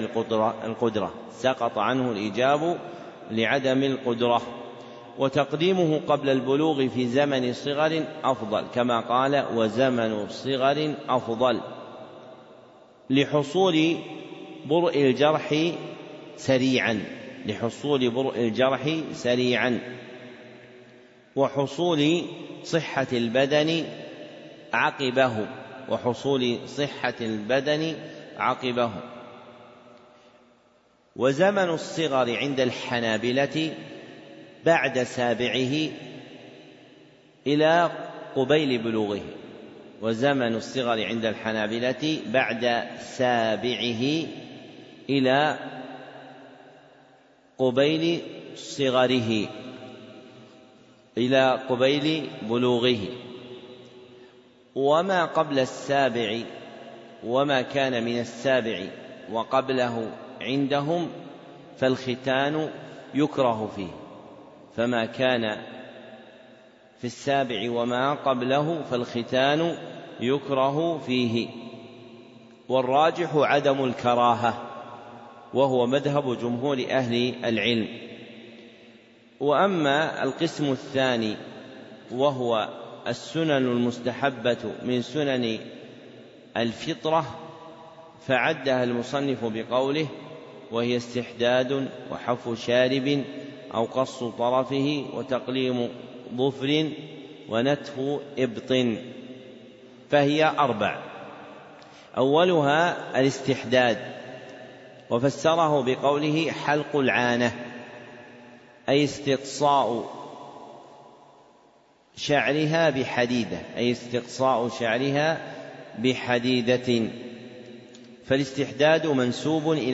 لعدم القدرة، وتقديمه قبل البلوغ في زمن صغر أفضل، كما قال وزمن صغر أفضل لحصول برء الجرح سريعا وحصول صحة البدن عقبه. وزمن الصغر عند الحنابلة بعد سابعه إلى قبيل بلوغه، إلى قبيل بلوغه. وما قبل السابع وما كان من السابع وقبله عندهم فالختان يكره فيه، فما كان في السابع وما قبله فالختان يكره فيه. والراجح عدم الكراهة، وهو مذهب جمهور أهل العلم. وأما القسم الثاني وهو السنن المستحبة من سنن الفطرة فعدها المصنف بقوله وهي استحداد وحف شارب أو قص طرفه وتقليم ظفر ونتف إبط، فهي 4. أولها الاستحداد، وفسره بقوله حلق العانة، أي استقصاء شعرها بحديدة، فالاستحداد منسوب إلى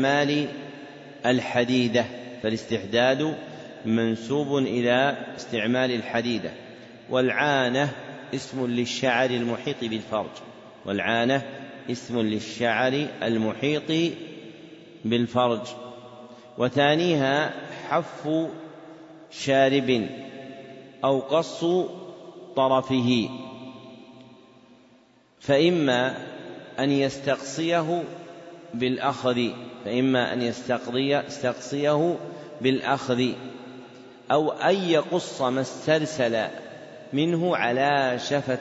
استعمال الحديدة. والعانة اسم للشعر المحيط بالفرج. وثانيها حف شارب أو قص طرفه، فإما أن يستقصيه بالأخذ أو أن يقص ما استرسل منه على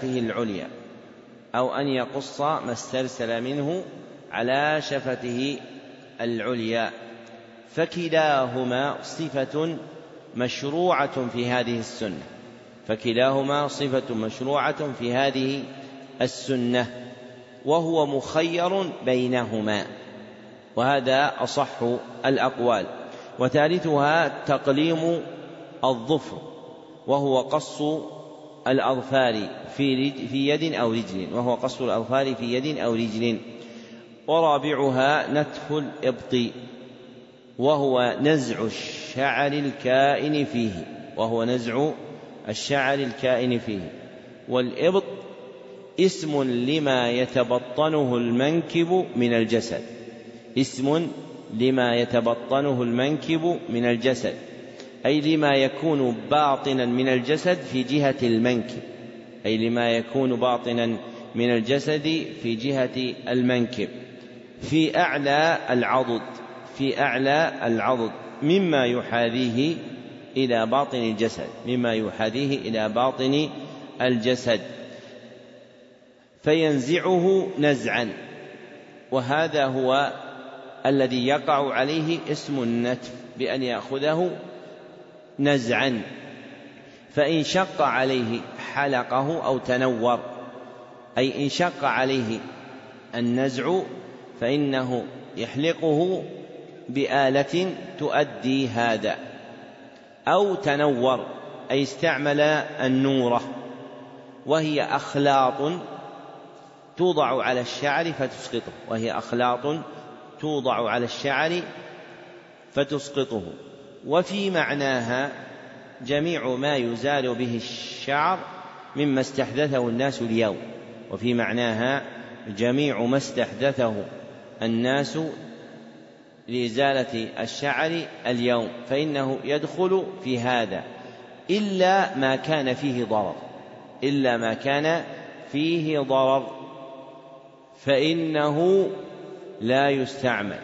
شفته العليا، فكلاهما صفة مشروعة في هذه السنة. وهو مخير بينهما، وهذا أصح الأقوال. وثالثها تقليم الظفر، وهو قص الأظفار في يد أو رجل، وهو قص الأظفار في يد أو رجل. ورابعها نتف الإبط، وهو نزع الشعر الكائن فيه، وهو نزع الشعر الكائن فيه. والإبط اسم لما يتبطنه المنكب من الجسد، اسم لما يتبطنه المنكب من الجسد، أي لما يكون باطنا من الجسد في جهة المنكب، أي لما يكون باطنا من الجسد في جهة المنكب، في أعلى العضد، في أعلى العضد مما يحاذيه إلى باطن الجسد، مما يحاذيه إلى باطن الجسد، فينزعه نزعا. وهذا هو الذي يقع عليه اسم النتف، بأن يأخذه نزعا. فإن شق عليه حلقه أو تنور، أي إن شق عليه النزع فإنه يحلقه بآلة تؤدي هذا، أو تنور أي استعمل النورة، وهي أخلاط توضع على الشعر فتسقطه، وهي أخلاط توضع على الشعر فتسقطه. وفي معناها جميع ما يزال به الشعر مما استحدثه الناس اليوم، وفي معناها جميع ما استحدثه الناس لإزالة الشعر اليوم، فإنه يدخل في هذا إلا ما كان فيه ضرر، إلا ما كان فيه ضرر فإنه لا يستعمل،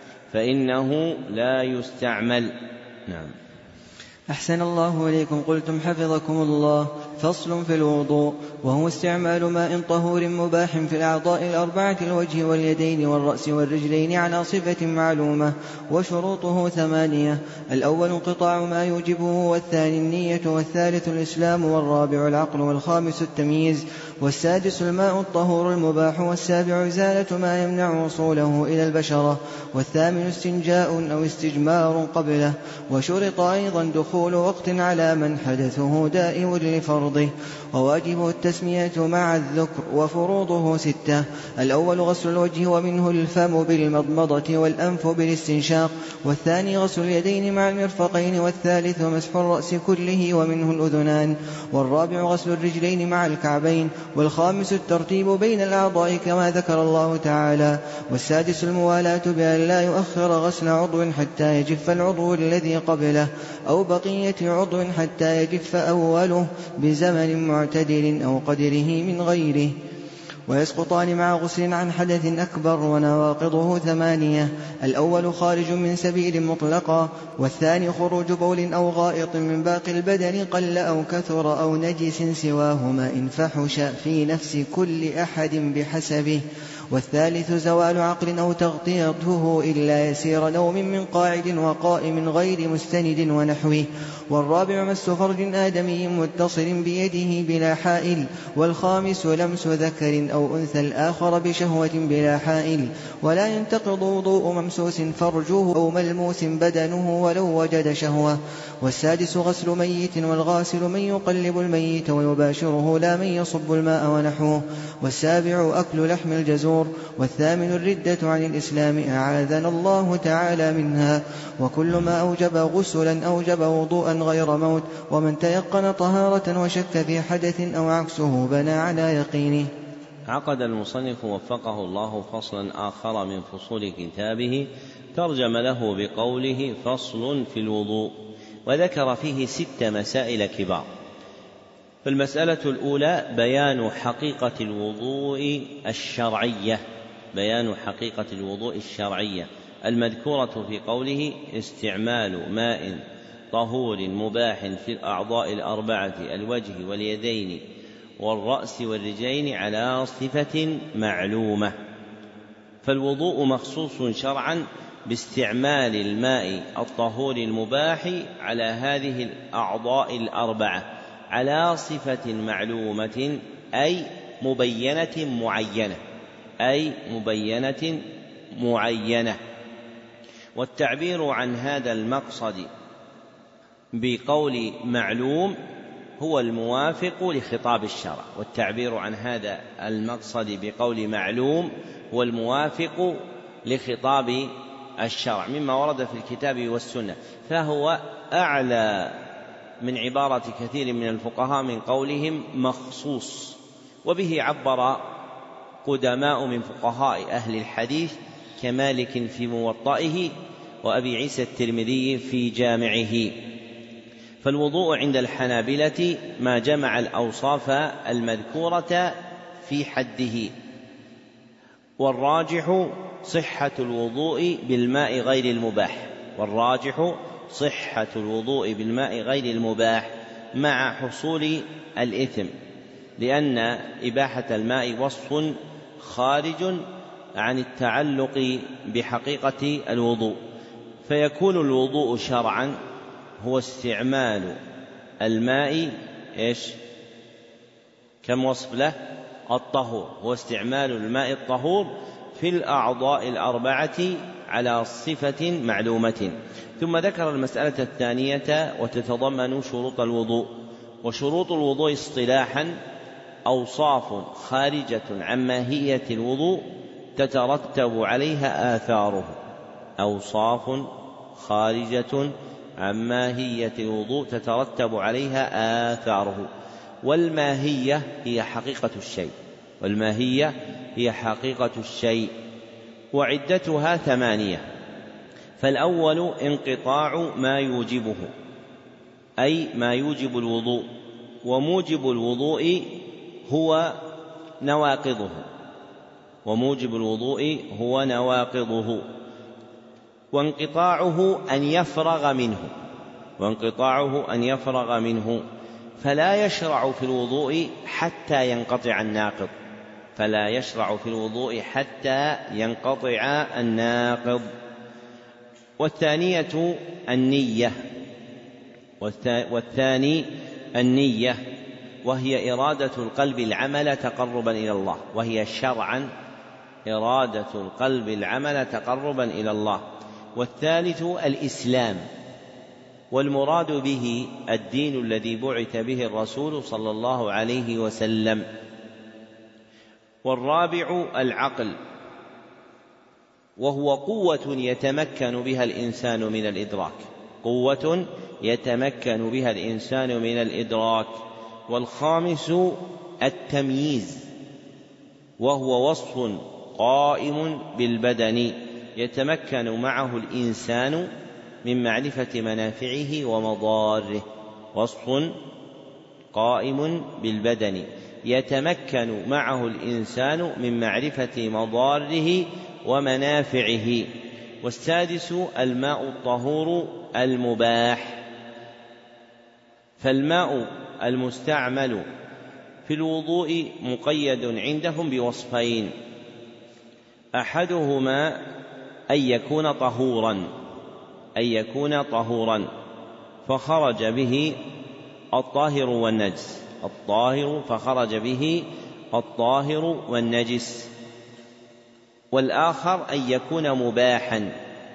فإنه لا يستعمل. نعم. أحسن الله إليكم. قلتم حفظكم الله. فصل في الوضوء، وهو استعمال ماء طهور مباح في الأعضاء الأربعة، الوجه واليدين والرأس والرجلين، على صفة معلومة. وشروطه 8: الأول انقطاع ما يوجبه، والثاني النية، والثالث الإسلام، والرابع العقل، والخامس التمييز، والسادس الماء الطهور المباح، والسابع إزالة ما يمنع وصوله إلى البشرة، والثامن استنجاء أو استجمار قبله. وشرط أيضا دخول وقت على من حدثه دائم لفرضه. وواجبه التسمية مع الذكر. وفروضه 6: الأول غسل الوجه ومنه الفم بالمضمضة، والأنف بالاستنشاق، والثاني غسل اليدين مع المرفقين، والثالث مسح الرأس كله ومنه الأذنان، والرابع غسل الرجلين مع الكعبين، والخامس الترتيب بين الأعضاء كما ذكر الله تعالى، والسادس الموالاة بأن لا يؤخر غسل عضو حتى يجف العضو الذي قبله، أو بقية عضو حتى يجف أوله بزمن معتدل أو قدره من غيره. ويسقطان مع غسل عن حدث أكبر. ونواقضه 8: الأول خارج من سبيل مطلقا، والثاني خروج بول أو غائط من باقي البدن قل أو كثر أو نجس سواهما إن فحش في نفس كل أحد بحسبه، والثالث زوال عقل أو تغطيته إلا يسير نوم من قاعد وقائم غير مستند ونحوه، والرابع مس فرج آدمي متصل بيده بلا حائل، والخامس لمس ذكر أو أنثى الآخر بشهوة بلا حائل، ولا ينتقض وضوء ممسوس فرجه أو ملموس بدنه ولو وجد شهوة، والسادس غسل ميت، والغاسل من يقلب الميت ويباشره لا من يصب الماء ونحوه، والسابع أكل لحم الجزور، والثامن الردة عن الإسلام أعاذنا الله تعالى منها. وكل ما أوجب غسلا أوجب وضوءا غير موت. ومن تيقن طهارة وشك في حدث أو عكسه بنى على يقينه. عقد المصنف وفقه الله فصلا آخر من فصول كتابه ترجم له بقوله فصل في الوضوء، وذكر فيه 6 مسائل كبار. فالمسألة الأولى بيان حقيقة الوضوء الشرعية، بيان حقيقة الوضوء الشرعية المذكورة في قوله استعمال ماء طهور مباح في الأعضاء الأربعة الوجه واليدين والرأس والرجلين على صفة معلومة. فالوضوء مخصوص شرعا باستعمال الماء الطهور المباح على هذه الأعضاء الأربعة على صفة معلومة، أي مبينة معينة، أي مبينة معينة. والتعبير عن هذا المقصد بقول معلوم هو الموافق لخطاب الشرع. والتعبير عن هذا المقصد بقول معلوم هو الموافق لخطاب الشرع مما ورد في الكتاب والسنة، فهو أعلى من عبارة كثير من الفقهاء من قولهم مخصوص. وبه عبر قدماء من فقهاء أهل الحديث كمالك في موطئه وأبي عيسى الترمذي في جامعه. فالوضوء عند الحنابلة ما جمع الأوصاف المذكورة في حده، والراجح صحة الوضوء بالماء غير المباح، والراجح صحة الوضوء بالماء غير المباح مع حصول الإثم، لأن إباحة الماء وصف خارج عن التعلق بحقيقة الوضوء، فيكون الوضوء شرعا هو استعمال الماء كم وصف له؟ الطهور، هو استعمال الماء الطهور في الأعضاء الأربعة على صفة معلومة. ثم ذكر المسألة الثانية وتتضمن شروط الوضوء. وشروط الوضوء اصطلاحا أوصاف خارجة عن ماهية الوضوء تترتب عليها آثاره، أوصاف خارجة عن ماهية الوضوء تترتب عليها آثاره. والماهية هي حقيقة الشيء، والماهية هي حقيقة الشيء، وعدتها 8. فالأول انقطاع ما يوجبه، أي ما يوجب الوضوء، وموجب الوضوء هو نواقضه، وموجب الوضوء هو نواقضه. وانقطاعه أن يفرغ منه، وانقطاعه أن يفرغ منه، فلا يشرع في الوضوء حتى ينقطع الناقض، فلا يشرع في الوضوء حتى ينقطع الناقض. والثانية النية، والثاني النية، وهي إرادة القلب العمل تقربا إلى الله، وهي شرعا إرادة القلب العمل تقربا إلى الله. والثالث الإسلام، والمراد به الدين الذي بعث به الرسول صلى الله عليه وسلم. والرابع العقل، وهو قوة يتمكن بها الإنسان من الإدراك، قوة يتمكن بها الإنسان من الإدراك. والخامس التمييز، وهو وصف قائم بالبدن يتمكن معه الإنسان من معرفة منافعه ومضاره، وصف قائم بالبدن يتمكن معه الإنسان من معرفة مضاره ومنافعه. والسادس الماء الطهور المباح، فالماء المستعمل في الوضوء مقيد عندهم بوصفين: أحدهما أن يكون طهورا، أن يكون طهورا فخرج به الطاهر والنجس، الطاهر فخرج به الطاهر والنجس. والآخر أن يكون مباحا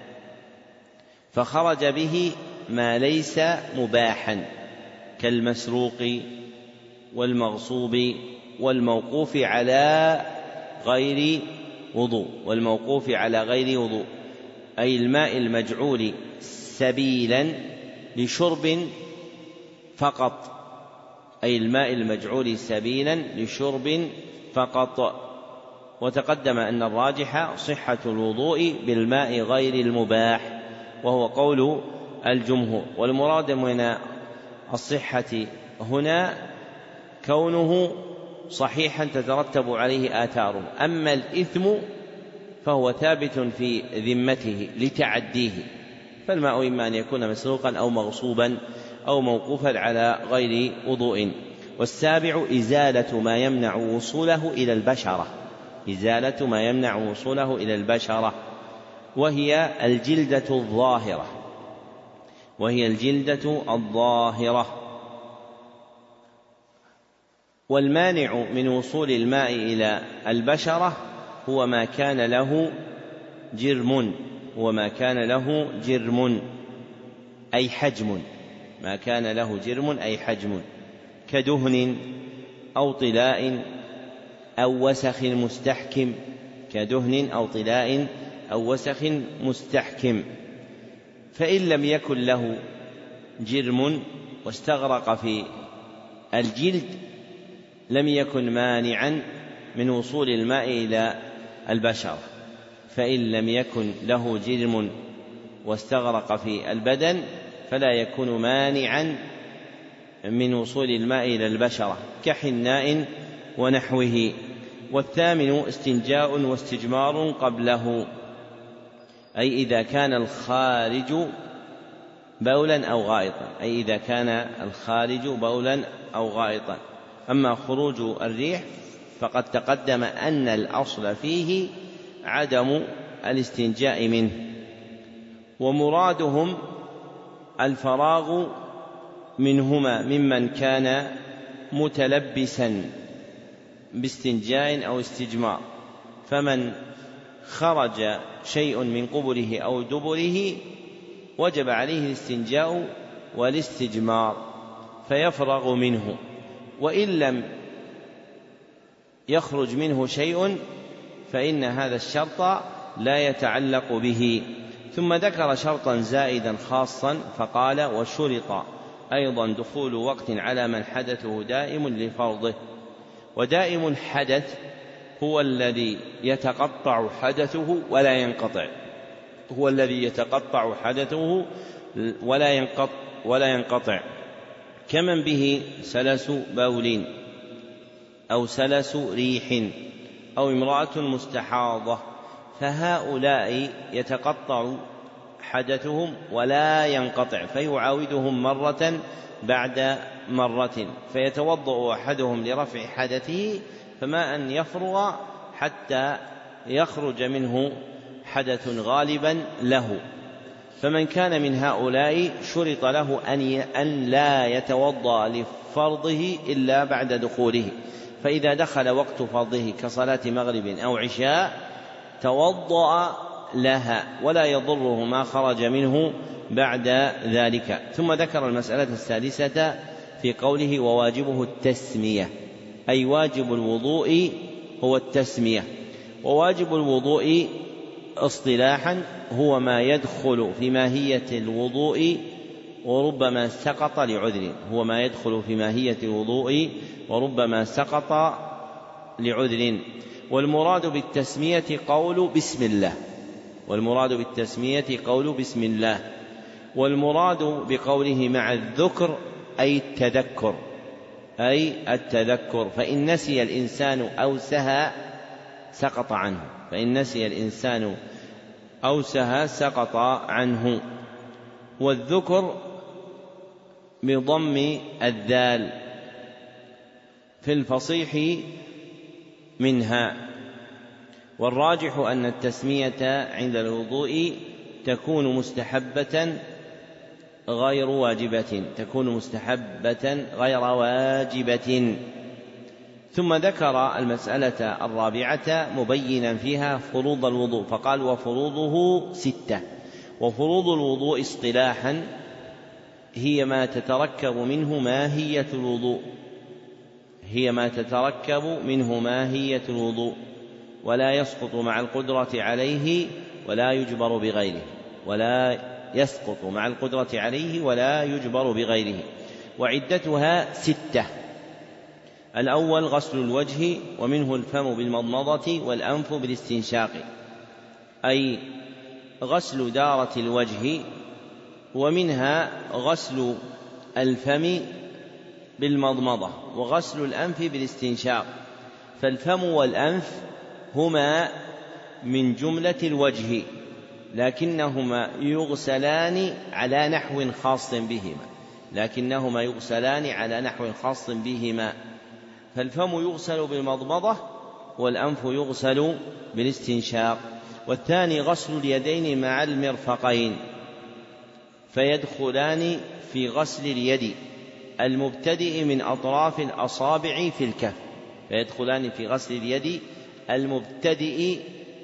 فخرج به ما ليس مباحا كالمسروق والمغصوب والموقوف على غير وضوء، والموقوف على غير وضوء، أي الماء المجعول سبيلا لشرب فقط، أي الماء المجعول سبيلا لشرب فقط. وتقدم أن الراجح صحة الوضوء بالماء غير المباح، وهو قول الجمهور. والمراد من الصحة هنا كونه صحيحا تترتب عليه آثاره، أما الإثم فهو ثابت في ذمته لتعديه، فالماء إما أن يكون مسروقا أو مغصوبا أو موقوفا على غير وضوء. والسابع إزالة ما يمنع وصوله إلى البشرة، إزالة ما يمنع وصوله إلى البشرة، وهي الجلدة الظاهرة، وهي الجلدة الظاهرة. والمانع من وصول الماء إلى البشرة هو ما كان له جرم، هو ما كان له جرم أي حجم، ما كان له جرم أي حجم، كدهن أو طلاء أو وسخ مستحكم، كدهن أو طلاء أو وسخ مستحكم. فإن لم يكن له جرم واستغرق في الجلد لم يكن مانعا من وصول الماء إلى البشرة. فإن لم يكن له جرم واستغرق في البدن فلا يكون مانعا من وصول الماء إلى البشرة كحناء ونحوه. والثامن استنجاء واستجمار قبله، أي إذا كان الخارج بولا أو غائطا، أي إذا كان الخارج بولا أو غائطا. أما خروج الريح فقد تقدم أن الأصل فيه عدم الاستنجاء منه. ومرادهم الفراغ منهما ممن كان متلبسا باستنجاء أو استجمار، فمن خرج شيء من قبله أو دبره وجب عليه الاستنجاء والاستجمار فيفرغ منه، وإن لم يخرج منه شيء فإن هذا الشرط لا يتعلق به. ثم ذكر شرطا زائدا خاصا فقال: وشرط أيضا دخول وقت على من حدثه دائم لفرضه. ودائم الحدث هو الذي يتقطع حدثه ولا ينقطع، هو الذي يتقطع حدثه ولا ينقطع، كمن به سلس بول أو سلس ريح أو امرأة مستحاضة، فهؤلاء يتقطع حدثهم ولا ينقطع فيعاودهم مرة بعد مرة، فيتوضأ أحدهم لرفع حدثه فما أن يفرغ حتى يخرج منه حدث غالبا له. فمن كان من هؤلاء شرط له أن لا يتوضأ لفرضه إلا بعد دخوله، فإذا دخل وقت فرضه كصلاة مغرب أو عشاء توضأ لها ولا يضره ما خرج منه بعد ذلك. ثم ذكر المسألة السادسة في قوله: وواجبه التسمية، أي واجب الوضوء هو التسمية. وواجب الوضوء اصطلاحا هو ما يدخل في ماهية الوضوء وربما سقط لعذر، هو ما يدخل في ماهية الوضوء وربما سقط لعذر. والمراد بالتسمية قول بسم الله، والمراد بالتسمية قول بسم الله. والمراد بقوله مع الذكر أي التذكر، أي التذكر. فإن نسي الإنسان أو سهى سقط عنه، فإن نسي الإنسان أو سهى سقط عنه. والذكر بضم الذال في الفصيح منها. والراجح أن التسمية عند الوضوء تكون مستحبة غير واجبة، تكون مستحبة غير واجبة. ثم ذكر المسألة الرابعة مبينا فيها فروض الوضوء فقال: وفروضه 6. وفروض الوضوء اصطلاحا هي ما تتركب منه ماهية الوضوء، هي ما تتركب منه ماهية الوضوء ولا يسقط مع القدرة عليه ولا يجبر بغيره، ولا يسقط مع القدرة عليه ولا يجبر بغيره. وعدتها 6: الأول غسل الوجه، ومنه الفم بالمضمضة والأنف بالاستنشاق، أي غسل دارة الوجه، ومنها غسل الفم بالمضمضة وغسل الأنف بالاستنشاق. فالفم والأنف هما من جملة الوجه لكنهما يغسلان على نحو خاص بهما، لكنهما يغسلان على نحو خاص بهما. فالفم يغسل بالمضمضة والأنف يغسل بالاستنشاق. والثاني غسل اليدين مع المرفقين، فيدخلان في غسل اليد المبتدئ من أطراف الأصابع في الكف، فيدخلان في غسل اليد المبتدئ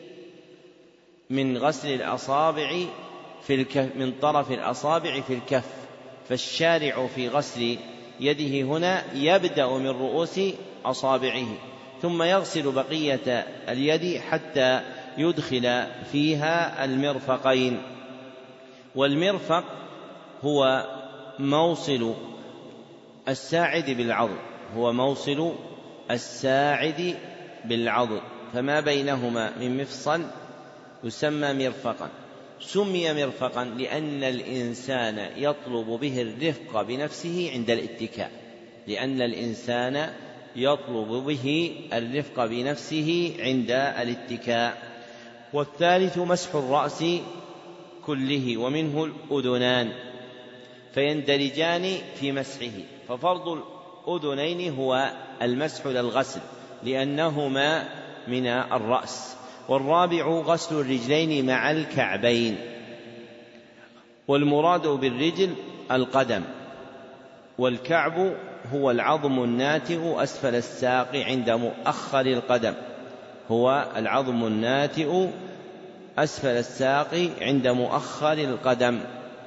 من غسل الأصابع من طرف الأصابع في الكف، فالشارع في غسل يده هنا يبدأ من رؤوس أصابعه ثم يغسل بقية اليد حتى يدخل فيها المرفقين. والمرفق هو موصل الساعد بالعضد، هو موصل الساعد بالعضد، فما بينهما من مفصل يسمى مرفقا. سمي مرفقا لأن الإنسان يطلب به الرفق بنفسه عند الاتكاء، لأن الإنسان يطلب به الرفق بنفسه عند الاتكاء. والثالث مسح الرأس كله ومنه الأذنان، فيندرجان في مسحه، ففرض الأذنين هو المسح للغسل لأنهما من الرأس. والرابع غسل الرجلين مع الكعبين، والمراد بالرجل القدم، والكعب هو العظم الناتئ أسفل الساق عند مؤخر القدم، هو العظم الناتئ أسفل الساق عند مؤخر القدم،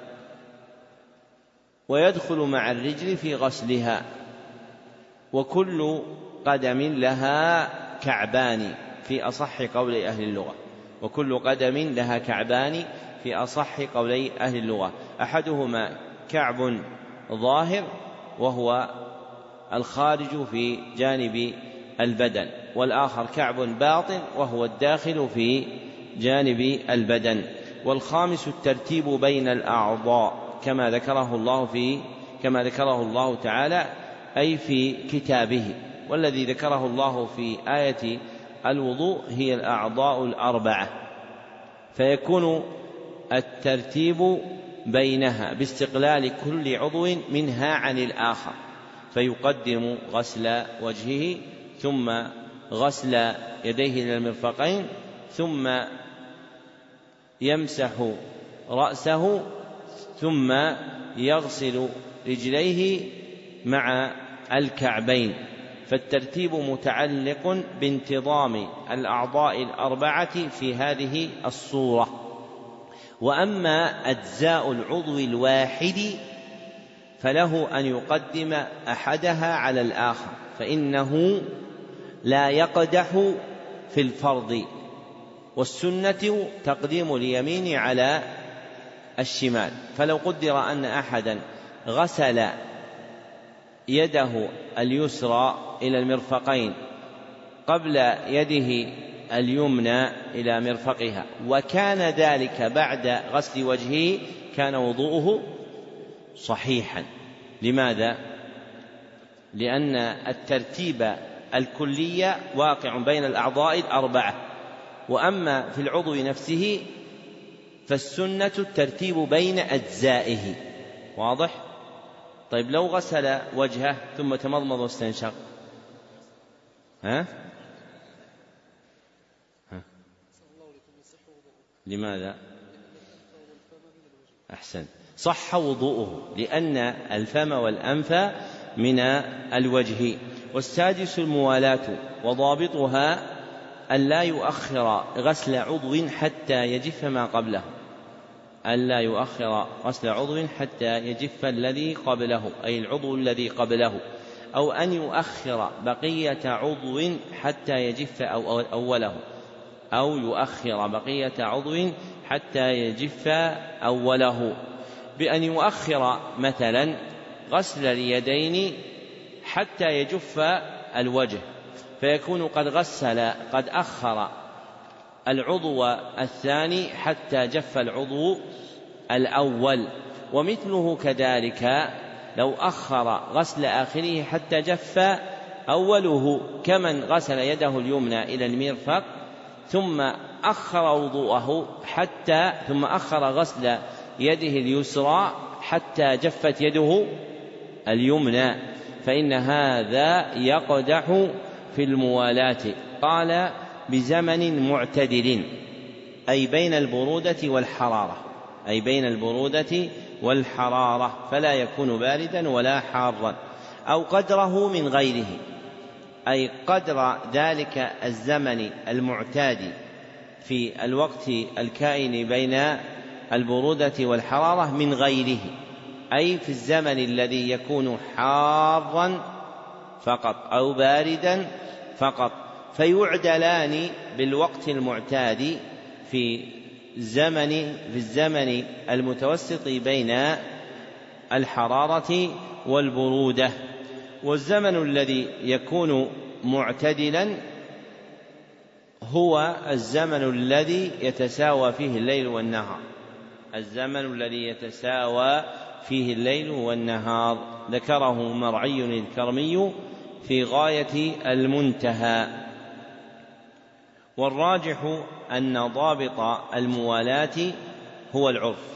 ويدخل مع الرجل في غسلها. وكل قدم لها كعبان في أصح قولي أهل اللغة، وكل قدم لها كعبان في أصح قولي أهل اللغة، أحدهما كعب ظاهر وهو الخارج في جانب البدن، والآخر كعب باطن وهو الداخل في جانب البدن. والخامس الترتيب بين الأعضاء كما ذكره الله تعالى أي في كتابه، والذي ذكره الله في آية الوضوء هي الأعضاء الأربعة، فيكون الترتيب بينها باستقلال كل عضو منها عن الآخر، فيقدم غسل وجهه ثم غسل يديه إلى المرفقين ثم يمسح رأسه ثم يغسل رجليه مع الكعبين، فالترتيب متعلق بانتظام الأعضاء الأربعة في هذه الصورة. وأما أجزاء العضو الواحد فله أن يقدم أحدها على الآخر، فإنه لا يقدح في الفرض، والسنة تقديم اليمين على الشمال. فلو قدر أن أحدا غسل يده اليسرى إلى المرفقين قبل يده اليمنى إلى مرفقها وكان ذلك بعد غسل وجهه كان وضوءه صحيحا. لماذا؟ لأن الترتيب الكلي واقع بين الأعضاء الأربعة، وأما في العضو نفسه فالسنة الترتيب بين أجزائه. واضح؟ طيب لو غسل وجهه ثم تمضمض واستنشق لماذا؟ أحسن، صح وضوءه لأن الفم والأنف من الوجه. والسادس الموالاة، وضابطها ألا يؤخر غسل عضو حتى يجف ما قبله، ألا يؤخر غسل عضو حتى يجف الذي قبله أي العضو الذي قبله، أو أن يؤخر بقية عضو حتى يجف أوله، أو يؤخر بقية عضو حتى يجف أوله، بأن يؤخر مثلا غسل اليدين حتى يجف الوجه، فيكون قد أخر العضو الثاني حتى جف العضو الأول. ومثله كذلك لو أخر غسل آخره حتى جف أوله، كمن غسل يده اليمنى إلى المرفق ثم أخر وضوءه ثم أخر غسل يده اليسرى حتى جفت يده اليمنى، فإن هذا يقدح في الموالاة. قال بزمن معتدل أي بين البرودة والحرارة، فلا يكون باردا ولا حارا، أو قدره من غيره أي قدر ذلك الزمن المعتاد في الوقت الكائن بين البرودة والحرارة من غيره، أي في الزمن الذي يكون حارا فقط أو باردا فقط، فيعدلان بالوقت المعتاد في الزمن المتوسط بين الحرارة والبرودة. والزمن الذي يكون معتدلا هو الزمن الذي يتساوى فيه الليل والنهار، الزمن الذي يتساوى فيه الليل والنهار، ذكره مرعي الكرمي في غاية المنتهى. والراجح أن ضابط الموالاة هو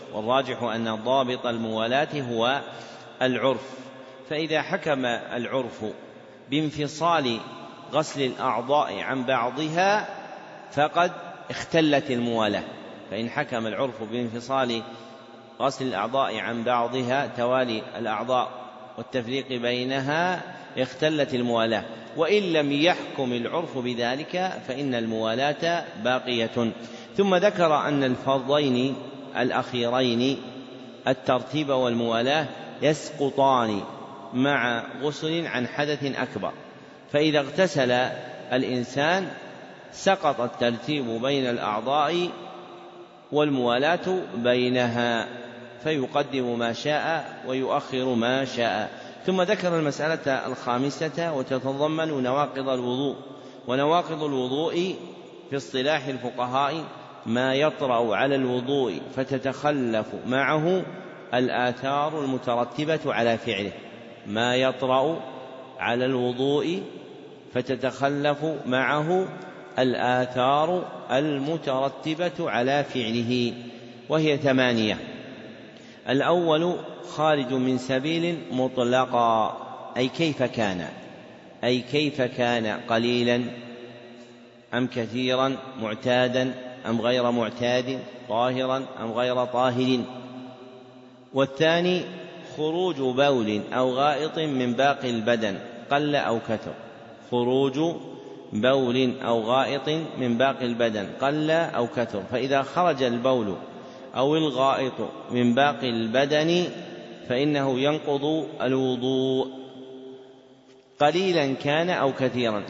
العرف، فإذا حكم العرف بانفصال غسل الأعضاء عن بعضها فقد اختلت الموالاة. فإن حكم العرف بانفصال غسل الأعضاء عن بعضها، توالي الأعضاء والتفريق بينها، اختلت الموالاة. وإن لم يحكم العرف بذلك فإن الموالاة باقية. ثم ذكر أن الفرضين الأخيرين الترتيب والموالاة يسقطان مع غسل عن حدث أكبر، فإذا اغتسل الإنسان سقط الترتيب بين الأعضاء والموالاة بينها، فيقدم ما شاء ويؤخر ما شاء. ثم ذكر المسألة الخامسة وتتضمن نواقض الوضوء. ونواقض الوضوء في اصطلاح الفقهاء ما يطرأ على الوضوء فتتخلف معه الآثار المترتبة على فعله، ما يطرأ على الوضوء فتتخلف معه الآثار المترتبة على فعله، وهي 8. الأول خارج من سبيل مطلقا، أي كيف كان قليلا أم كثيرا، معتادا أم غير معتاد، طاهرا أم غير طاهر. والثاني خروج بول أو غائط من باقي البدن قل أو كثر، خروج بول أو غائط من باقي البدن قل أو كثر، فإذا خرج البول أو الغائط من باقي البدن فإنه ينقض الوضوء قليلا كان أو كثيرا،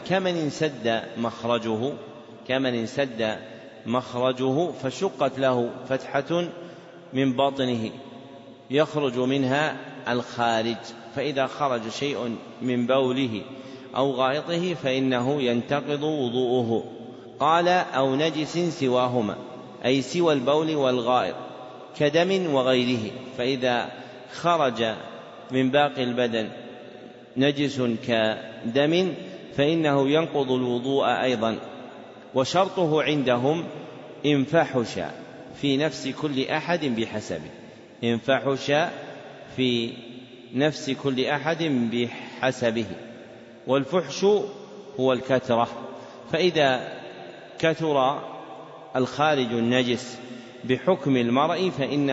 كمن انسد مخرجه فشقت له فتحة من بطنه يخرج منها الخارج، فإذا خرج شيء من بوله أو غائطه فإنه ينتقض وضوءه. قال أو نجس سواهما، أي سوى البول والغائط كدم وغيره، فإذا خرج من باقي البدن نجس كدم فإنه ينقض الوضوء أيضا. وشرطه عندهم إن فحش في نفس كل أحد بحسبه، إن فحش في نفس كل أحد بحسبه. والفحش هو الكثرة، فإذا كثر الخارج النجس بحكم المرء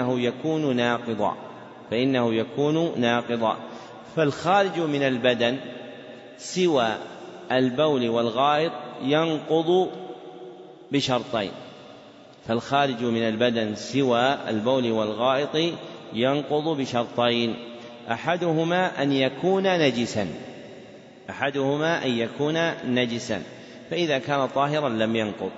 فإنه يكون ناقضا. فالخارج من البدن سوى البول والغائط ينقض بشرطين، فالخارج من البدن سوى البول والغائط ينقض بشرطين، أحدهما أن يكون نجسا فإذا كان طاهرا لم ينقض،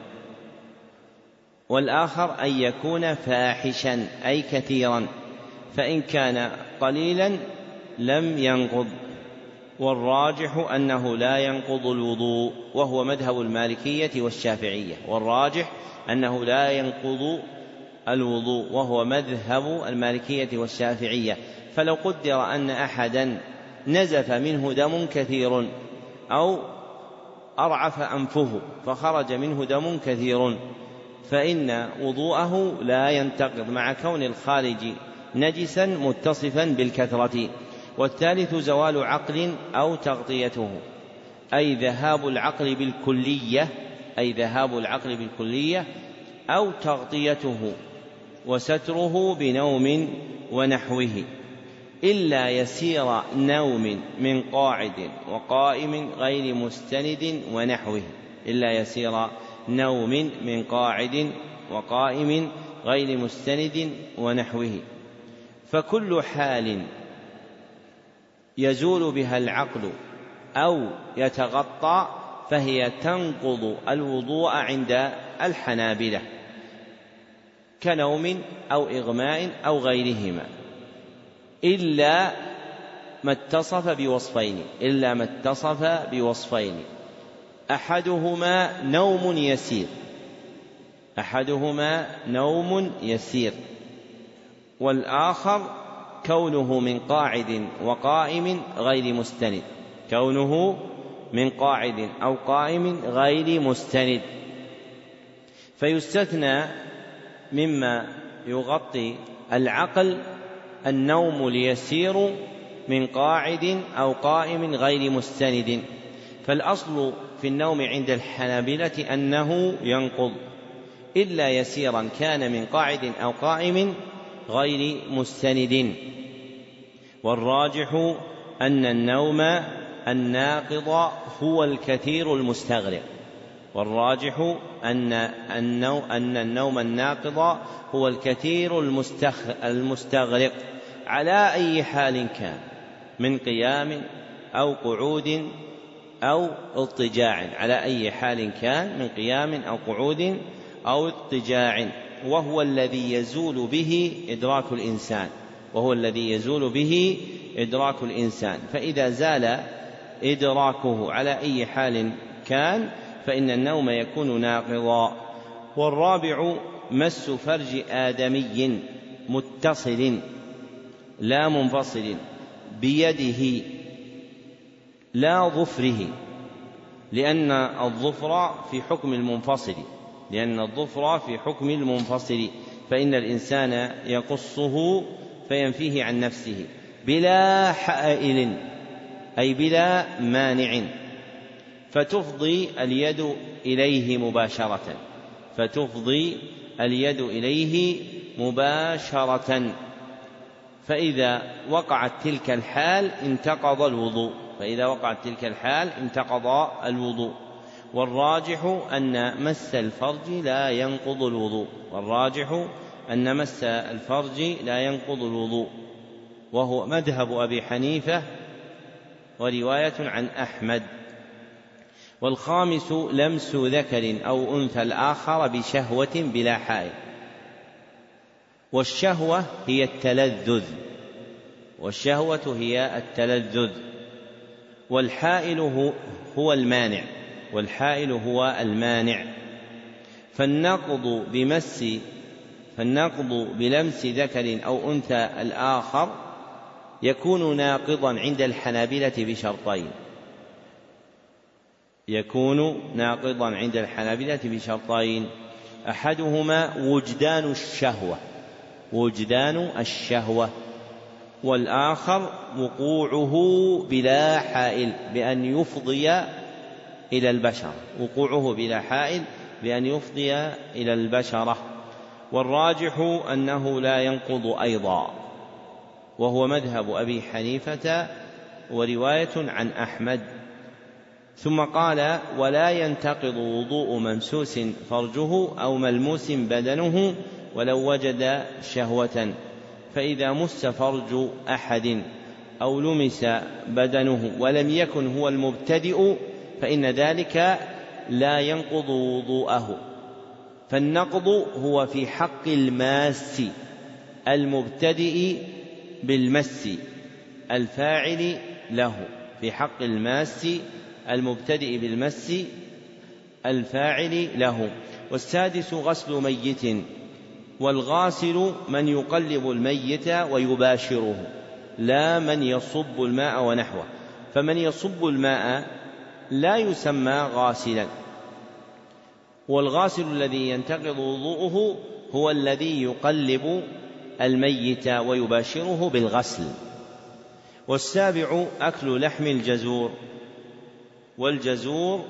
والآخر أن يكون فاحشا أي كثيرا، فإن كان قليلا لم ينقض. والراجح أنه لا ينقض الوضوء، وهو مذهب المالكية والشافعية، والراجح أنه لا ينقض الوضوء وهو مذهب المالكية والشافعية. فلو قدر أن أحدا نزف منه دم كثير أو أرعف أنفه فخرج منه دم كثير فإن وضوءه لا ينتقض مع كون الخارج نجسا متصفا بالكثرة. والثالث زوال عقل أو تغطيته، أي ذهاب العقل بالكلية أو تغطيته وستره بنوم ونحوه. إلا يسير نوم من قاعد وقائم غير مستند ونحوه، إلا يسير نوم من قاعد وقائم غير مستند ونحوه. فكل حال يزول بها العقل أو يتغطى فهي تنقض الوضوء عند الحنابلة، كنوم أو إغماء أو غيرهما، إلا ما اتصف بوصفين، أحدهما نوم يسير، والآخر كونه من قاعد وقائم غير مستند، كونه من قاعد أو قائم غير مستند. فيستثنى مما يغطي العقل النوم اليسير من قاعد أو قائم غير مستند. فالأصل في النوم عند الحنابلة أنه ينقض إلا يسيرا كان من قاعد أو قائم غير مستند. والراجح أن النوم الناقض هو الكثير المستغرق، والراجح أن النوم الناقض هو الكثير المستغرق على أي حال كان، من قيام أو قعود أو اضطجاع، على أي حال كان من قيام أو قعود أو اضطجاع، وهو الذي يزول به إدراك الإنسان. فإذا زال إدراكه على أي حال كان فإن النوم يكون ناقضا. والرابع مس فرج آدمي متصل لا منفصل بيده لا ظفره، لأن الظفر في حكم المنفصل، فإن الإنسان يقصه فينفيه عن نفسه بلا حائل أي بلا مانع، فتفضي اليد إليه مباشرة، فإذا وقعت تلك الحال انتقض الوضوء. والراجح أن مس الفرج لا ينقض الوضوء، وهو مذهب أبي حنيفة ورواية عن أحمد. والخامس لمس ذكر أو أنثى الآخر بشهوة بلا حائل، والشهوة هي التلذذ، والحائل هو المانع. فالنقض بلمس ذكر أو أنثى الآخر يكون ناقضا عند الحنابلة بشرطين، أحدهما وجدان الشهوة، والآخر وقوعه بلا حائل بأن يفضي إلى البشرة. والراجح أنه لا ينقض أيضا، وهو مذهب أبي حنيفة ورواية عن أحمد. ثم قال: ولا ينتقض وضوء ممسوس فرجه أو ملموس بدنه ولو وجد شهوة، فإذا مس فرج أحد أو لمس بدنه ولم يكن هو المبتدئ فإن ذلك لا ينقض وضوءه. فالنقض هو في حق الماس المبتدئ بالمس الفاعل له، والسادس غسل ميت، والغاسل من يقلب الميت ويباشره لا من يصب الماء ونحوه، فمن يصب الماء لا يسمى غاسلا، والغاسل الذي ينتقض وضوءه هو الذي يقلب الميت ويباشره بالغسل. والسابع أكل لحم الجزور، والجزور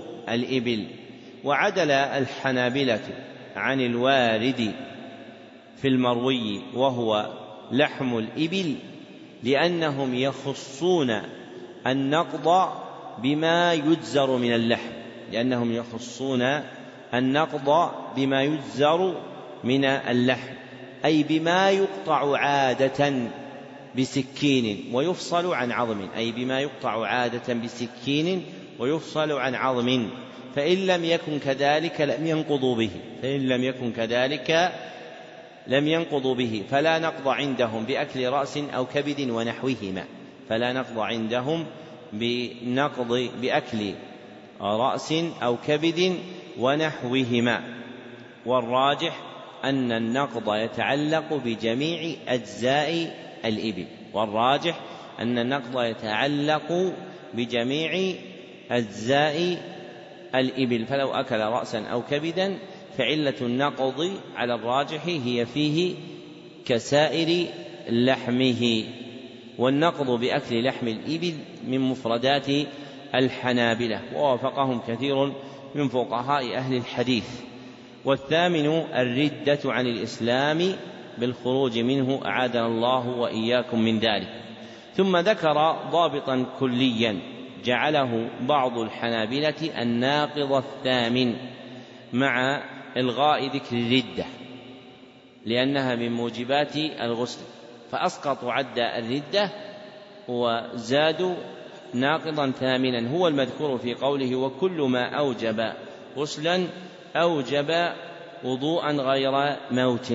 الإبل. وعدل الحنابلة عن الوارد في المروي وهو لحم الإبل، لأنهم يخصون النقض بما يجزر من اللحم، لأنهم يخصون النقض بما يجزر من اللحم، أي بما يقطع عادة بسكين ويفصل عن عظم، أي بما يقطع عادة بسكين ويفصل عن عظم، فإن لم يكن كذلك لم ينقضوا به، فإن لم يكن كذلك لم ينقضوا به، فلا نقض عندهم بأكل رأس أو كبد ونحوهما، فلا نقض عندهم بأكل رأس أو كبد ونحوهما. والراجح أن النقض يتعلق بجميع أجزاء الإبل، والراجح أن النقض يتعلق بجميع أجزاء الإبل، فلو أكل رأسا أو كبدا فعلة النقض على الراجح هي فيه كسائر لحمه. والنقض بأكل لحم الإبل من مفردات الحنابلة، ووافقهم كثير من فقهاء أهل الحديث. والثامن الردة عن الإسلام بالخروج منه، أعاذنا الله وإياكم من ذلك. ثم ذكر ضابطا كليا جعله بعض الحنابلة الناقض الثامن مع إلغاء ذكر الردة، لأنها من موجبات الغسل، فأسقطوا عد الردة وزادوا ناقضا ثامنا هو المذكور في قوله: وكل ما أوجب غسلا أوجب وضوءا غير موت،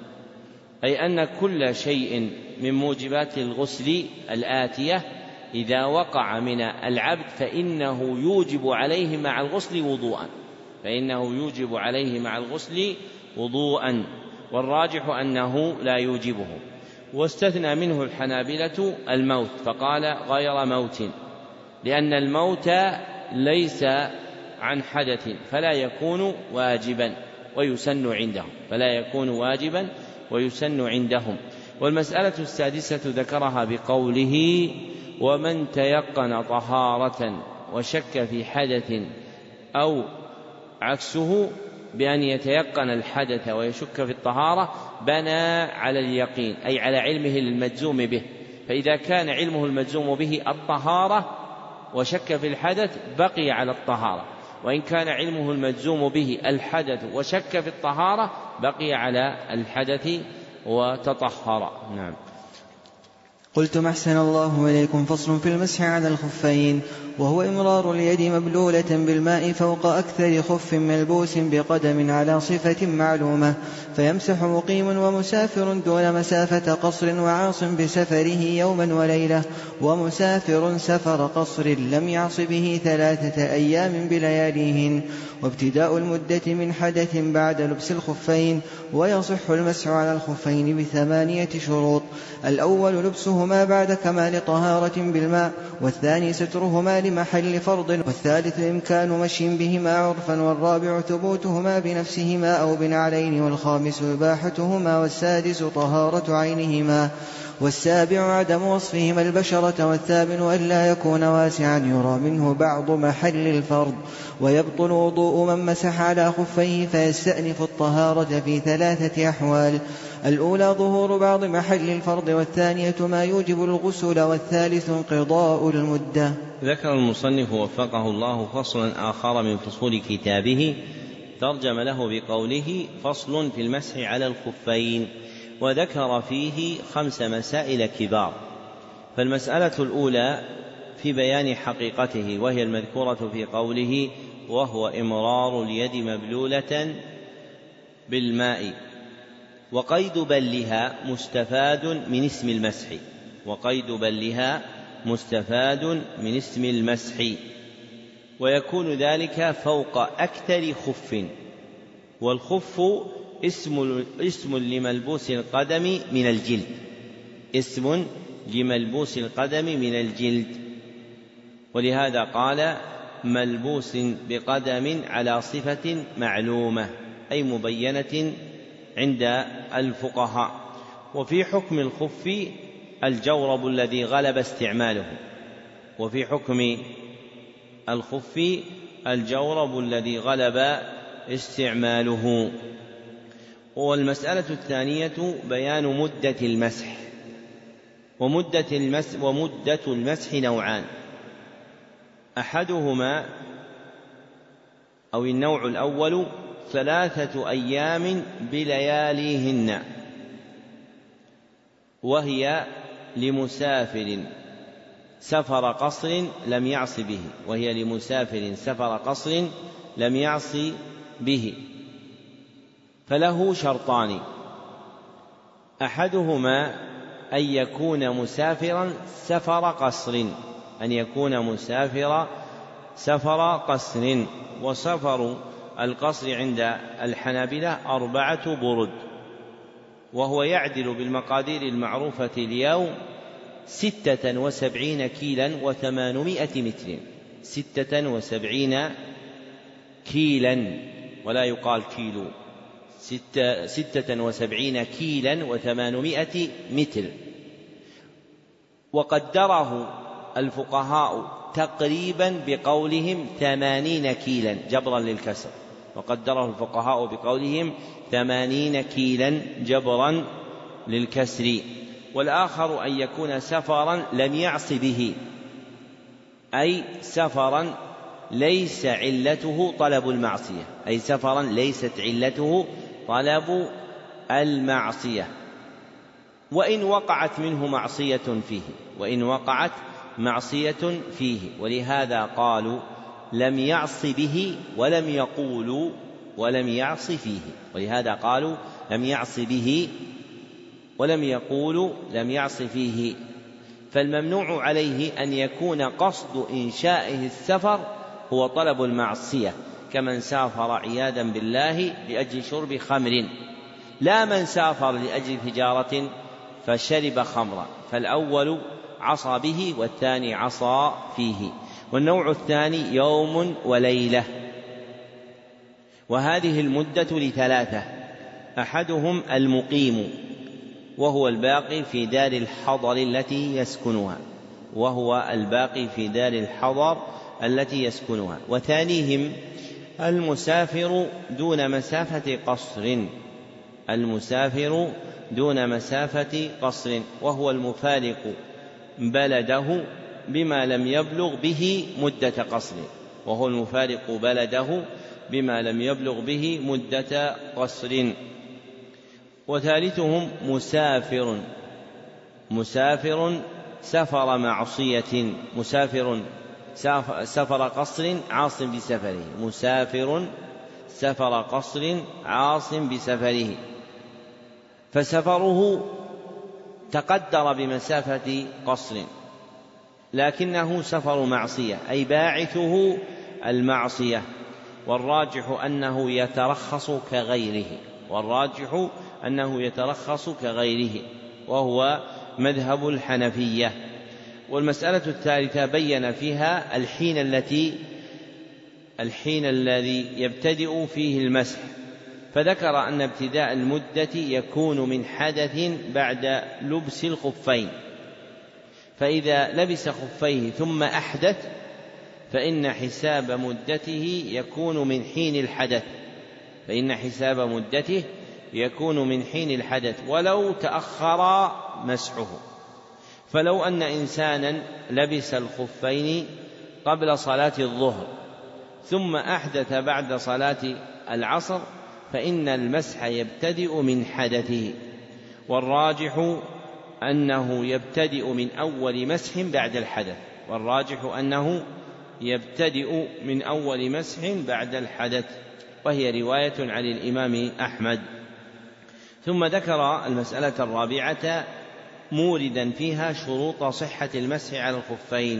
أي أن كل شيء من موجبات الغسل الآتية إذا وقع من العبد فإنه يوجب عليه مع الغسل وضوءا، فإنه يوجب عليه مع الغسل وضوءا، والراجح أنه لا يوجبه. واستثنى منه الحنابلة الموت فقال غير موت، لأن الموت ليس عن حدث فلا يكون واجبا ويسن عندهم، فلا يكون واجبا ويسن عندهم. والمسألة السادسة ذكرها بقوله: ومن تيقن طهارة وشك في حدث، أو عكسه بأن يتيقن الحدث ويشك في الطهارة بنى على اليقين، أي على علمه المجزوم به، فإذا كان علمه المجزوم به الطهارة وشك في الحدث بقي على الطهارة، وإن كان علمه المجزوم به الحدث وشك في الطهارة بقي على الحدث وتطهر. نعم. قلت: أحسن الله إليكم. فصل في المسح على الخفين، وهو إمرار اليد مبلولة بالماء فوق أكثر خف ملبوس بقدم على صفة معلومة، فيمسح مقيم ومسافر دون مسافة قصر وعاص بسفره يوما وليلة، ومسافر سفر قصر لم يعص به 3 أيام بلياليهن، وابتداء المدة من حدث بعد لبس الخفين. ويصح المسح على الخفين ب8 شروط: الأول لبسهما بعد كمال طهارة بالماء، والثاني سترهما لمحل فرض، والثالث إمكان مشي بهما عرفا، والرابع ثبوتهما بنفسهما أو بنعلين، والخامس إباحتهما، والسادس طهارة عينهما، والسابع عدم وصفهما البشرة، والثامن أن لا يكون واسعا يرى منه بعض محل الفرض. ويبطل وضوء من مسح على خفيه فيستأنف الطهارة في 3 أحوال: الأولى ظهور بعض محل الفرض، والثانية ما يوجب الغسل، والثالث انقضاء المدة. ذكر المصنف وفقه الله فصلا آخر من فصول كتابه ترجم له بقوله: فصل في المسح على الخفين، وذكر فيه 5 مسائل كبار. فالمسألة الأولى في بيان حقيقته، وهي المذكورة في قوله: وهو إمرار اليد مبلولة بالماء. وقيد بلها مستفاد من اسم المسح، وقيد بلها مستفاد من اسم المسح، ويكون ذلك فوق أكثر خف. والخف اسم لملبوس القدم من الجلد، اسم لملبوس القدم من الجلد، ولهذا قال: ملبوس بقدم على صفة معلومة، أي مبينة عند الفقهاء. وفي حكم الخف الجورب الذي غلب استعماله، وفي حكم الخف الجورب الذي غلب استعماله. والمسألة الثانية بيان مدة المسح. ومدة المسح نوعان: أحدهما أو النوع الأول 3 أيام بلياليهن، وهي لمسافر سفر قصر لم يعص به، وهي لمسافر سفر قصر لم يعص به، فله شرطان: أحدهما أن يكون مسافرا سفر قصر، أن يكون مسافر سفر قصر. وسفر القصر عند الحنابلة 4 برد، وهو يعدل بالمقادير المعروفة اليوم 76 كيلا و800 متر. 76 كيلا، ولا يقال كيلو، 76 كيلا و800 متر. وقدره الفقهاء تقريبا بقولهم 80 كيلا جبرا للكسر، وقدره الفقهاء بقولهم 80 كيلا جبرا للكسر. والآخر أن يكون سفرا لم يعص به، أي سفرا ليس علته طلب المعصية، أي سفرا ليست علته طلب المعصية، وإن وقعت منه معصية فيه، وإن وقعت معصية فيه. ولهذا قالوا لم يعص به ولم يقولوا ولم يعص فيه، ولهذا قالوا لم يعص به ولم يقولوا لم يعص فيه. فالممنوع عليه أن يكون قصد إنشائه السفر هو طلب المعصية، كمن سافر عياذا بالله لأجل شرب خمر، لا من سافر لأجل تجارة فشرب خمرا، فالأول عصى به والثاني عصى فيه. والنوع الثاني يوم وليلة، وهذه المدة ل3: أحدهم المقيم، وهو الباقي في دار الحضر التي يسكنها، وهو الباقي في دار الحضر التي يسكنها. وثانيهم المسافر دون مسافة قصر، المسافر دون مسافة قصر، وهو المفارق بلده بما لم يبلغ به مدة قصر، وهو المفارق بلده بما لم يبلغ به مدة قصر. وثالثهم مسافر سفر معصية، مسافر سفر قصر عاص بسفره، مسافر سفر قصر عاص بسفره، فسفره تقدر بمسافة قصر لكنه سفر معصية، أي باعثه المعصية، والراجح أنه يترخص كغيره، والراجح أنه يترخص كغيره، وهو مذهب الحنفية. والمسألة الثالثة بين فيها الحين الذي يبتدئ فيه المسح، فذكر أن ابتداء المدة يكون من حدث بعد لبس الخفين، فإذا لبس خفيه ثم أحدث فإن حساب مدته يكون من حين الحدث، فإن حساب مدته يكون من حين الحدث ولو تأخر مسحه. فلو أن إنسانا لبس الخفين قبل صلاة الظهر ثم أحدث بعد صلاة العصر فإن المسح يبتدئ من حدثه، والراجح أنه يبتدئ من أول مسح بعد الحدث، والراجح أنه يبتدئ من أول مسح بعد الحدث، وهي رواية عن الإمام أحمد. ثم ذكر المسألة الرابعة موردا فيها شروط صحة المسح على الخفين،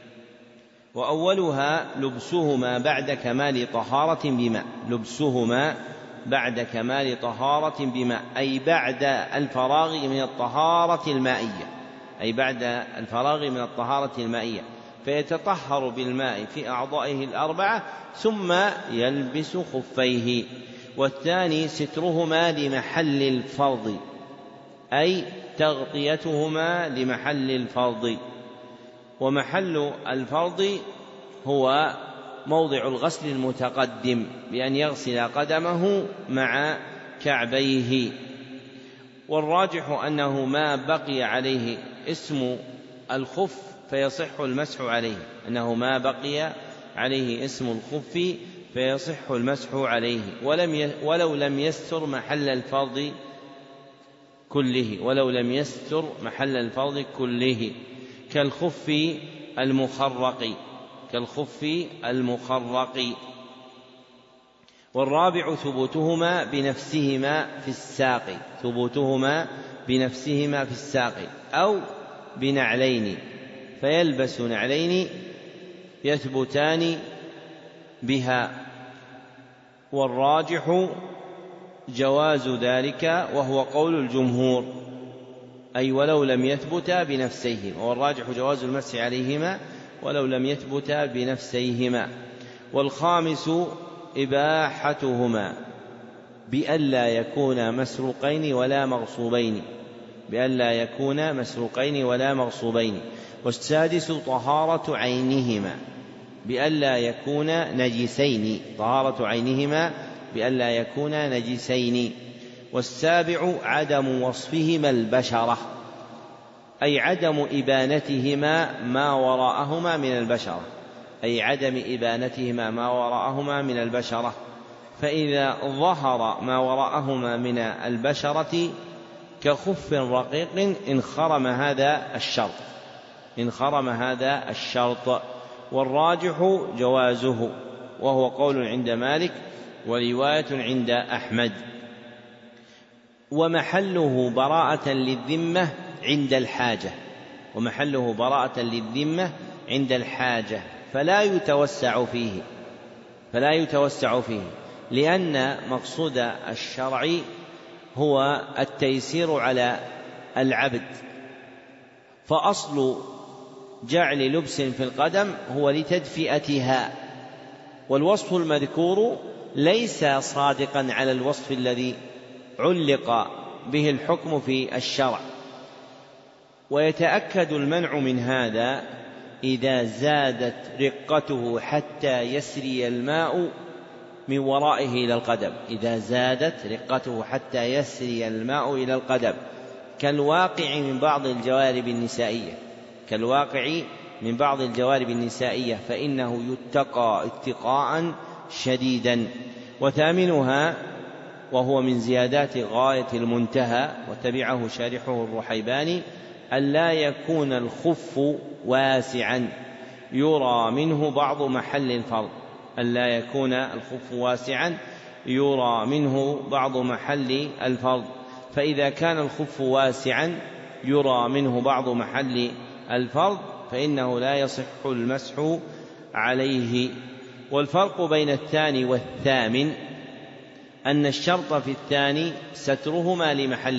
وأولها لبسهما بعد كمال طهارة بماء، لبسهما بعد كمال طهارة بماء، أي بعد الفراغ من الطهارة المائية، أي بعد الفراغ من الطهارة المائية، فيتطهر بالماء في أعضائه الأربعة ثم يلبس خفيه. والثاني سترهما لمحل الفرض، أي تغطيتهما لمحل الفرض، ومحل الفرض هو موضع الغسل المتقدم بأن يغسل قدمه مع كعبيه. والراجح أنه ما بقي عليه اسم الخف فيصح المسح عليه، أنه ما بقي عليه اسم الخف فيصح المسح عليه ولو لم يستر محل الفرض كله، ولو لم يستر محل الفرض كله كالخف المخرق. والرابع ثبوتهما بنفسهما في الساق أو بنعلين، فيلبس نعلين يثبتان بها. والراجح جواز ذلك وهو قول الجمهور، أي ولو لم يثبتا بنفسيهما، والراجح جواز المسح عليهما ولو لم يثبتا بنفسيهما. والخامس إباحتهما بألا يكونا مسروقين ولا مغصوبين. والسادس طهارة عينهما بألا يكونا نجسين. والسابع عدم وصفهما البشرة، أي عدم إبانتهما ما وراءهما من البشرة، فإذا ظهر ما وراءهما من البشرة كخف رقيق انخرم هذا الشرط. والراجح جوازه وهو قول عند مالك ورواية عند أحمد. ومحله براءة للذمة عند الحاجة فلا يتوسع فيه، لأن مقصود الشرع هو التيسير على العبد، فأصل جعل لبس في القدم هو لتدفئتها، والوصف المذكور ليس صادقا على الوصف الذي علق به الحكم في الشرع. ويتأكد المنع من هذا إذا زادت رقته حتى يسري الماء من ورائه إلى القدم، كالواقع من بعض الجوارب النسائية فإنه يتقى اتقاء شديدا. وثامنها وهو من زيادات غاية المنتهى وتبعه شارحه الرحيباني ألا يكون الخف واسعا يرى منه بعض محل الفرض، فإذا كان الخف واسعا يرى منه بعض محل الفرض فإنه لا يصح المسح عليه. والفرق بين الثاني والثامن أن الشرط في الثاني سترهما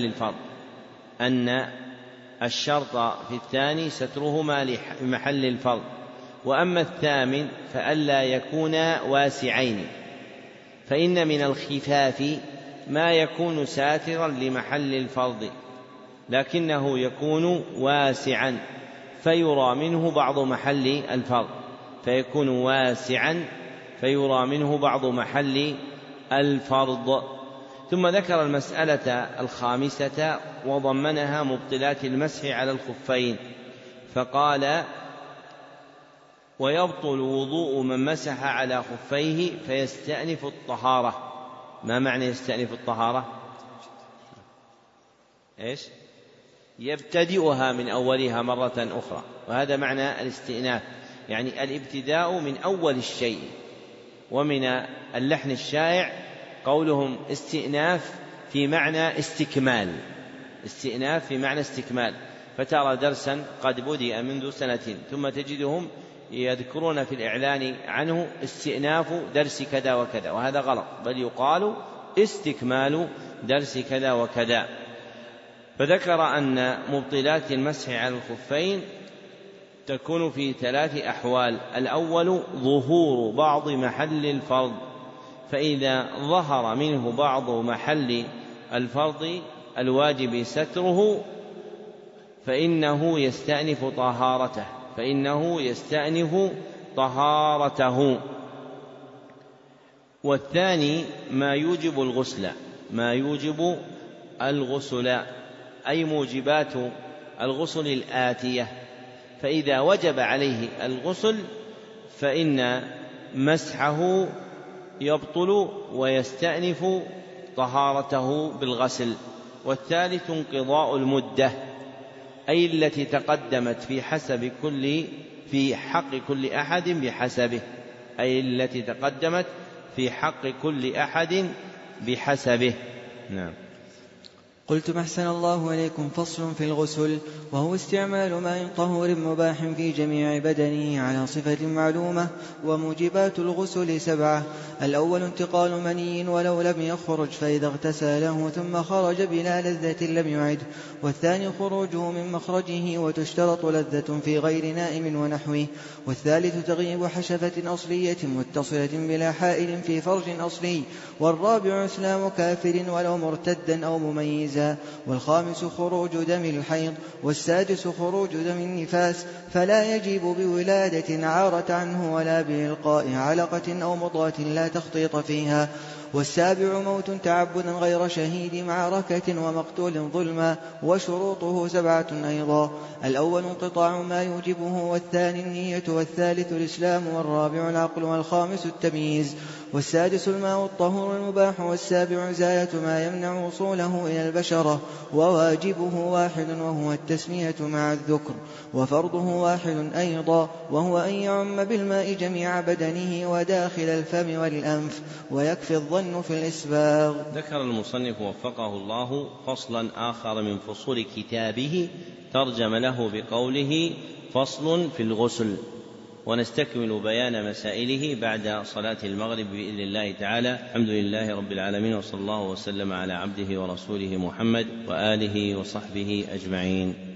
لمحل الفرض، وأما الثامن فألا يكونا واسعين، فإن من الخفاف ما يكون ساترا لمحل الفرض لكنه يكون واسعا فيرى منه بعض محل الفرض. ثم ذكر المسألة الخامسة وضمنها مبطلات المسح على الخفين، فقال: ويبطل وضوء من مسح على خفيه فيستأنف الطهارة. ما معنى يستأنف الطهارة؟ يبتدئها من أولها مرة أخرى، وهذا معنى الاستئناف، يعني الابتداء من أول الشيء. ومن اللحن الشائع قولهم استئناف في معنى استكمال، فترى درسا قد بدأ منذ سنة ثم تجدهم يذكرون في الإعلان عنه استئناف درس كذا وكذا، وهذا غلط، بل يقال استكمال درس كذا وكذا. فذكر أن مبطلات المسح على الخفين تكون في 3 أحوال: الأول ظهور بعض محل الفرض، فإذا ظهر منه بعض محل الفرض الواجب ستره فإنه يستأنف طهارته. والثاني ما يوجب الغسل، ما يوجب الغسل، أي موجبات الغسل الآتية. فإذا وجب عليه الغسل فإن مسحه يبطل ويستأنف طهارته بالغسل. والثالث انقضاء المدة، أي التي تقدمت في حق كل أحد بحسبه، أي التي تقدمت في حق كل أحد بحسبه. نعم. قلت أحسن الله إليكم. فصل في الغسل، وهو استعمال ماء طهور مباح في جميع بدنه على صفة معلومة. وموجبات الغسل 7: الأول انتقال مني ولو لم يخرج، فإذا اغتسله ثم خرج بلا لذة لم يعد. والثاني خروجه من مخرجه، وتشترط لذة في غير نائم ونحوه. والثالث تغيب حشفة أصلية متصلة بلا حائل في فرج أصلي. والرابع إسلام كافر ولو مرتدا أو مميزا. والخامس خروج دم الحيض. والسادس خروج دم النفاس، فلا يجب بولادة عارت عنه ولا بإلقاء علقة أو مضغة لا تخطيط فيها. والسابع موت تعبدا غير شهيد معركة ومقتول ظلما. وشروطه 7 أيضا: الأول انقطاع ما يوجبه، والثاني النية، والثالث الإسلام، والرابع العقل، والخامس التمييز، والسادس الماء الطهور المباح، والسابع إزالة ما يمنع وصوله إلى البشرة. وواجبه 1 وهو التسمية مع الذكر. وفرضه 1 أيضا، وهو أن يعم بالماء جميع بدنه وداخل الفم والأنف، ويكفي الظن في الإسباغ. ذكر المصنف وفقه الله فصلا آخر من فصول كتابه ترجم له بقوله: فصل في الغسل. ونستكمل بيان مسائله بعد صلاة المغرب بإذن الله تعالى. الحمد لله رب العالمين، وصلى الله وسلم على عبده ورسوله محمد وآله وصحبه أجمعين.